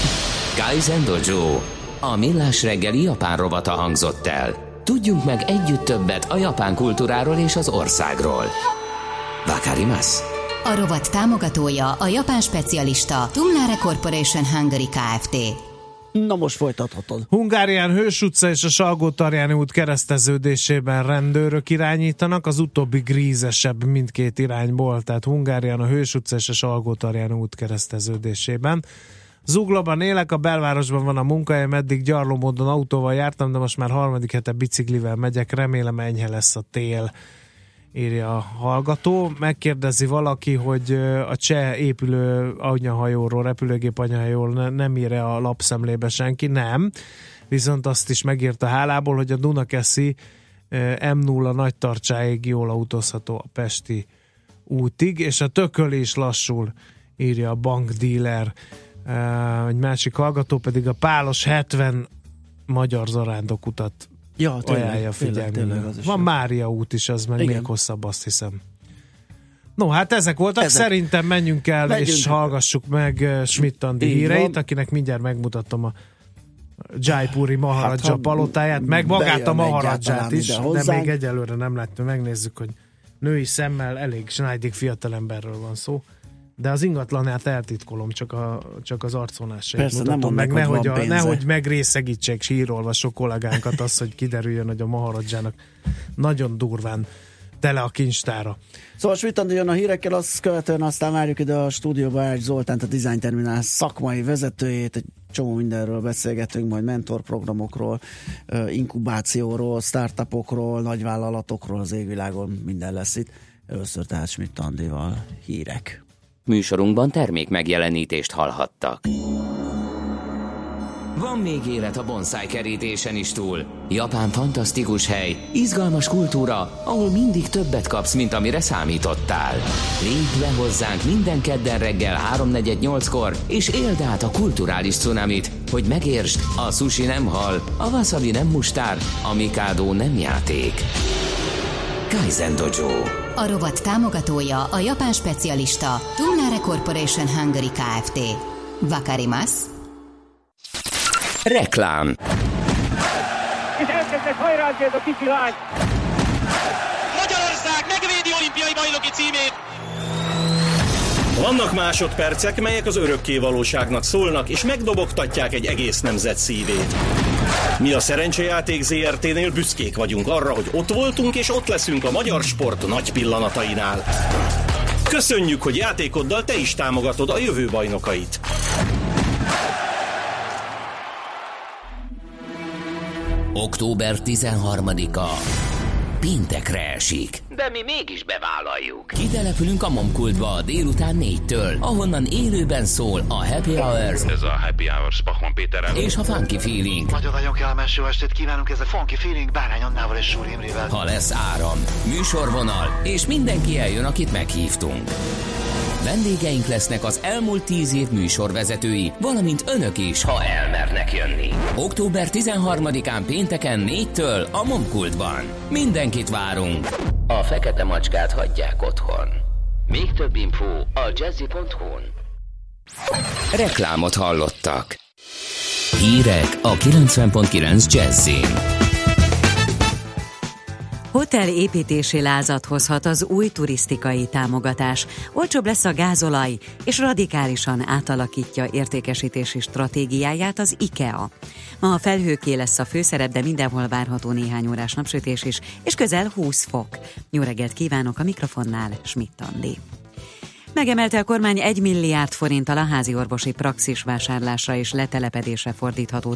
Kaizen Dojo, a millás reggeli japán rovata hangzott el. Tudjunk meg együtt többet a japán kultúráról és az országról. Wakarimasu. A rovat támogatója a japán specialista Tumlare Corporation Hungary Kft. Na most folytathatod. Hungárián Hős utca és a Salgótarjáni út kereszteződésében rendőrök irányítanak, az utóbbi grízesebb mindkét irányból, tehát Hungárián a Hős utca és a Salgótarjáni út kereszteződésében. Zuglóban élek, a belvárosban van a munkahelyem, eddig gyarló módon autóval jártam, de most már 3. hete biciklivel megyek, remélem enyhe lesz a tél, írja a hallgató. Megkérdezi valaki, hogy a cseh épülő anyahajóról, repülőgép anyahajóról nem ír a lapszemlébe senki. Nem. Viszont azt is megírta hálából, hogy a Dunakeszi M0 Nagytarcsáig jól autózható a pesti útig, és a Tököl is lassul, írja a bankdíler. Egy másik hallgató pedig a Pálos 70 magyar zarándokutat ajánlja figyelni. Van Mária út is, az meg még hosszabb, azt hiszem. No, hát ezek voltak. Szerintem menjünk el, és hallgassuk meg Schmidt-Andi híreit, akinek mindjárt megmutatom a Jaipuri Maharaja palotáját, meg magát a Maharaját is, de még egyelőre nem láttam. Megnézzük, hogy női szemmel elég snájdig fiatalemberről van szó. De az ingatlanát eltitkolom, csak az arcvonásait mutatom meg, nehogy megrészegítsék sírolvasó kollégánkat az, hogy kiderüljön, hogy a Maharajának nagyon durván tele a kincstára. Szóval Schmidt-Andi jön a hírekkel, azt követően aztán várjuk ide a stúdióba Ács Zoltánt, a Design Terminál szakmai vezetőjét, egy csomó mindenről beszélgetünk, majd mentorprogramokról, inkubációról, startupokról, nagyvállalatokról, az égvilágon minden lesz itt. Először tehát Schmidt-Andival hírek. Műsorunkban termék megjelenítést hallhattak. Van még élet a bonsai kerítésen is túl. Japán fantasztikus hely, izgalmas kultúra, ahol mindig többet kapsz, mint amire számítottál. Lépj le hozzánk minden kedden reggel 3:48-kor, és éld át a kulturális cunamit, hogy megértsd, a sushi nem hal, a wasabi nem mustár, a mikádó nem játék. Kaizen Dojo. A rovat támogatója a japán specialista Tumlare Corporation Hungary Kft. Wakarimasu. Reklám. És elkezdett hajrázni ez a kicsi lány. Magyarország megvédi olimpiai bajnoki címét. Vannak másodpercek, melyek az örökké valóságnak szólnak, és megdobogtatják egy egész nemzet szívét. Mi a Szerencsejáték ZRT-nél büszkék vagyunk arra, hogy ott voltunk, és ott leszünk a magyar sport nagy pillanatainál. Köszönjük, hogy játékoddal te is támogatod a jövő bajnokait. Október 13-a. péntekre esik. De mi mégis bevállaljuk. Kitelepülünk a Momkultba délután 4-től, ahonnan élőben szól a Happy Hours. Ez a Happy Hours Pachman Péterrel. És a Funky Feeling. Nagyon-nagyon kellemes jó estét kívánunk, ez a Funky Feeling Bárány Annával és Súri Imrével. Ha lesz áram, műsorvonal, és mindenki eljön, akit meghívtunk. Vendégeink lesznek az elmúlt 10 év műsorvezetői, valamint önök is, ha elmernek jönni. Október 13-án pénteken 4-től a Momkultban. Mindenkit várunk. A fekete macskát hagyják otthon. Még több infó a jazzy.hu-n. Reklámot hallottak. Hírek a 90.9 Jazzin. Hotel építési lázat hozhat az új turisztikai támogatás. Olcsóbb lesz a gázolaj, és radikálisan átalakítja értékesítési stratégiáját az IKEA. Ma a felhőké lesz a főszerep, de mindenhol várható néhány órás napsütés is, és közel 20 fok. Jó reggelt kívánok, a mikrofonnál Schmidt Andi. Megemelte a kormány 1 milliárd forinttal a házi orvosi praxis vásárlásra és letelepedésre fordítható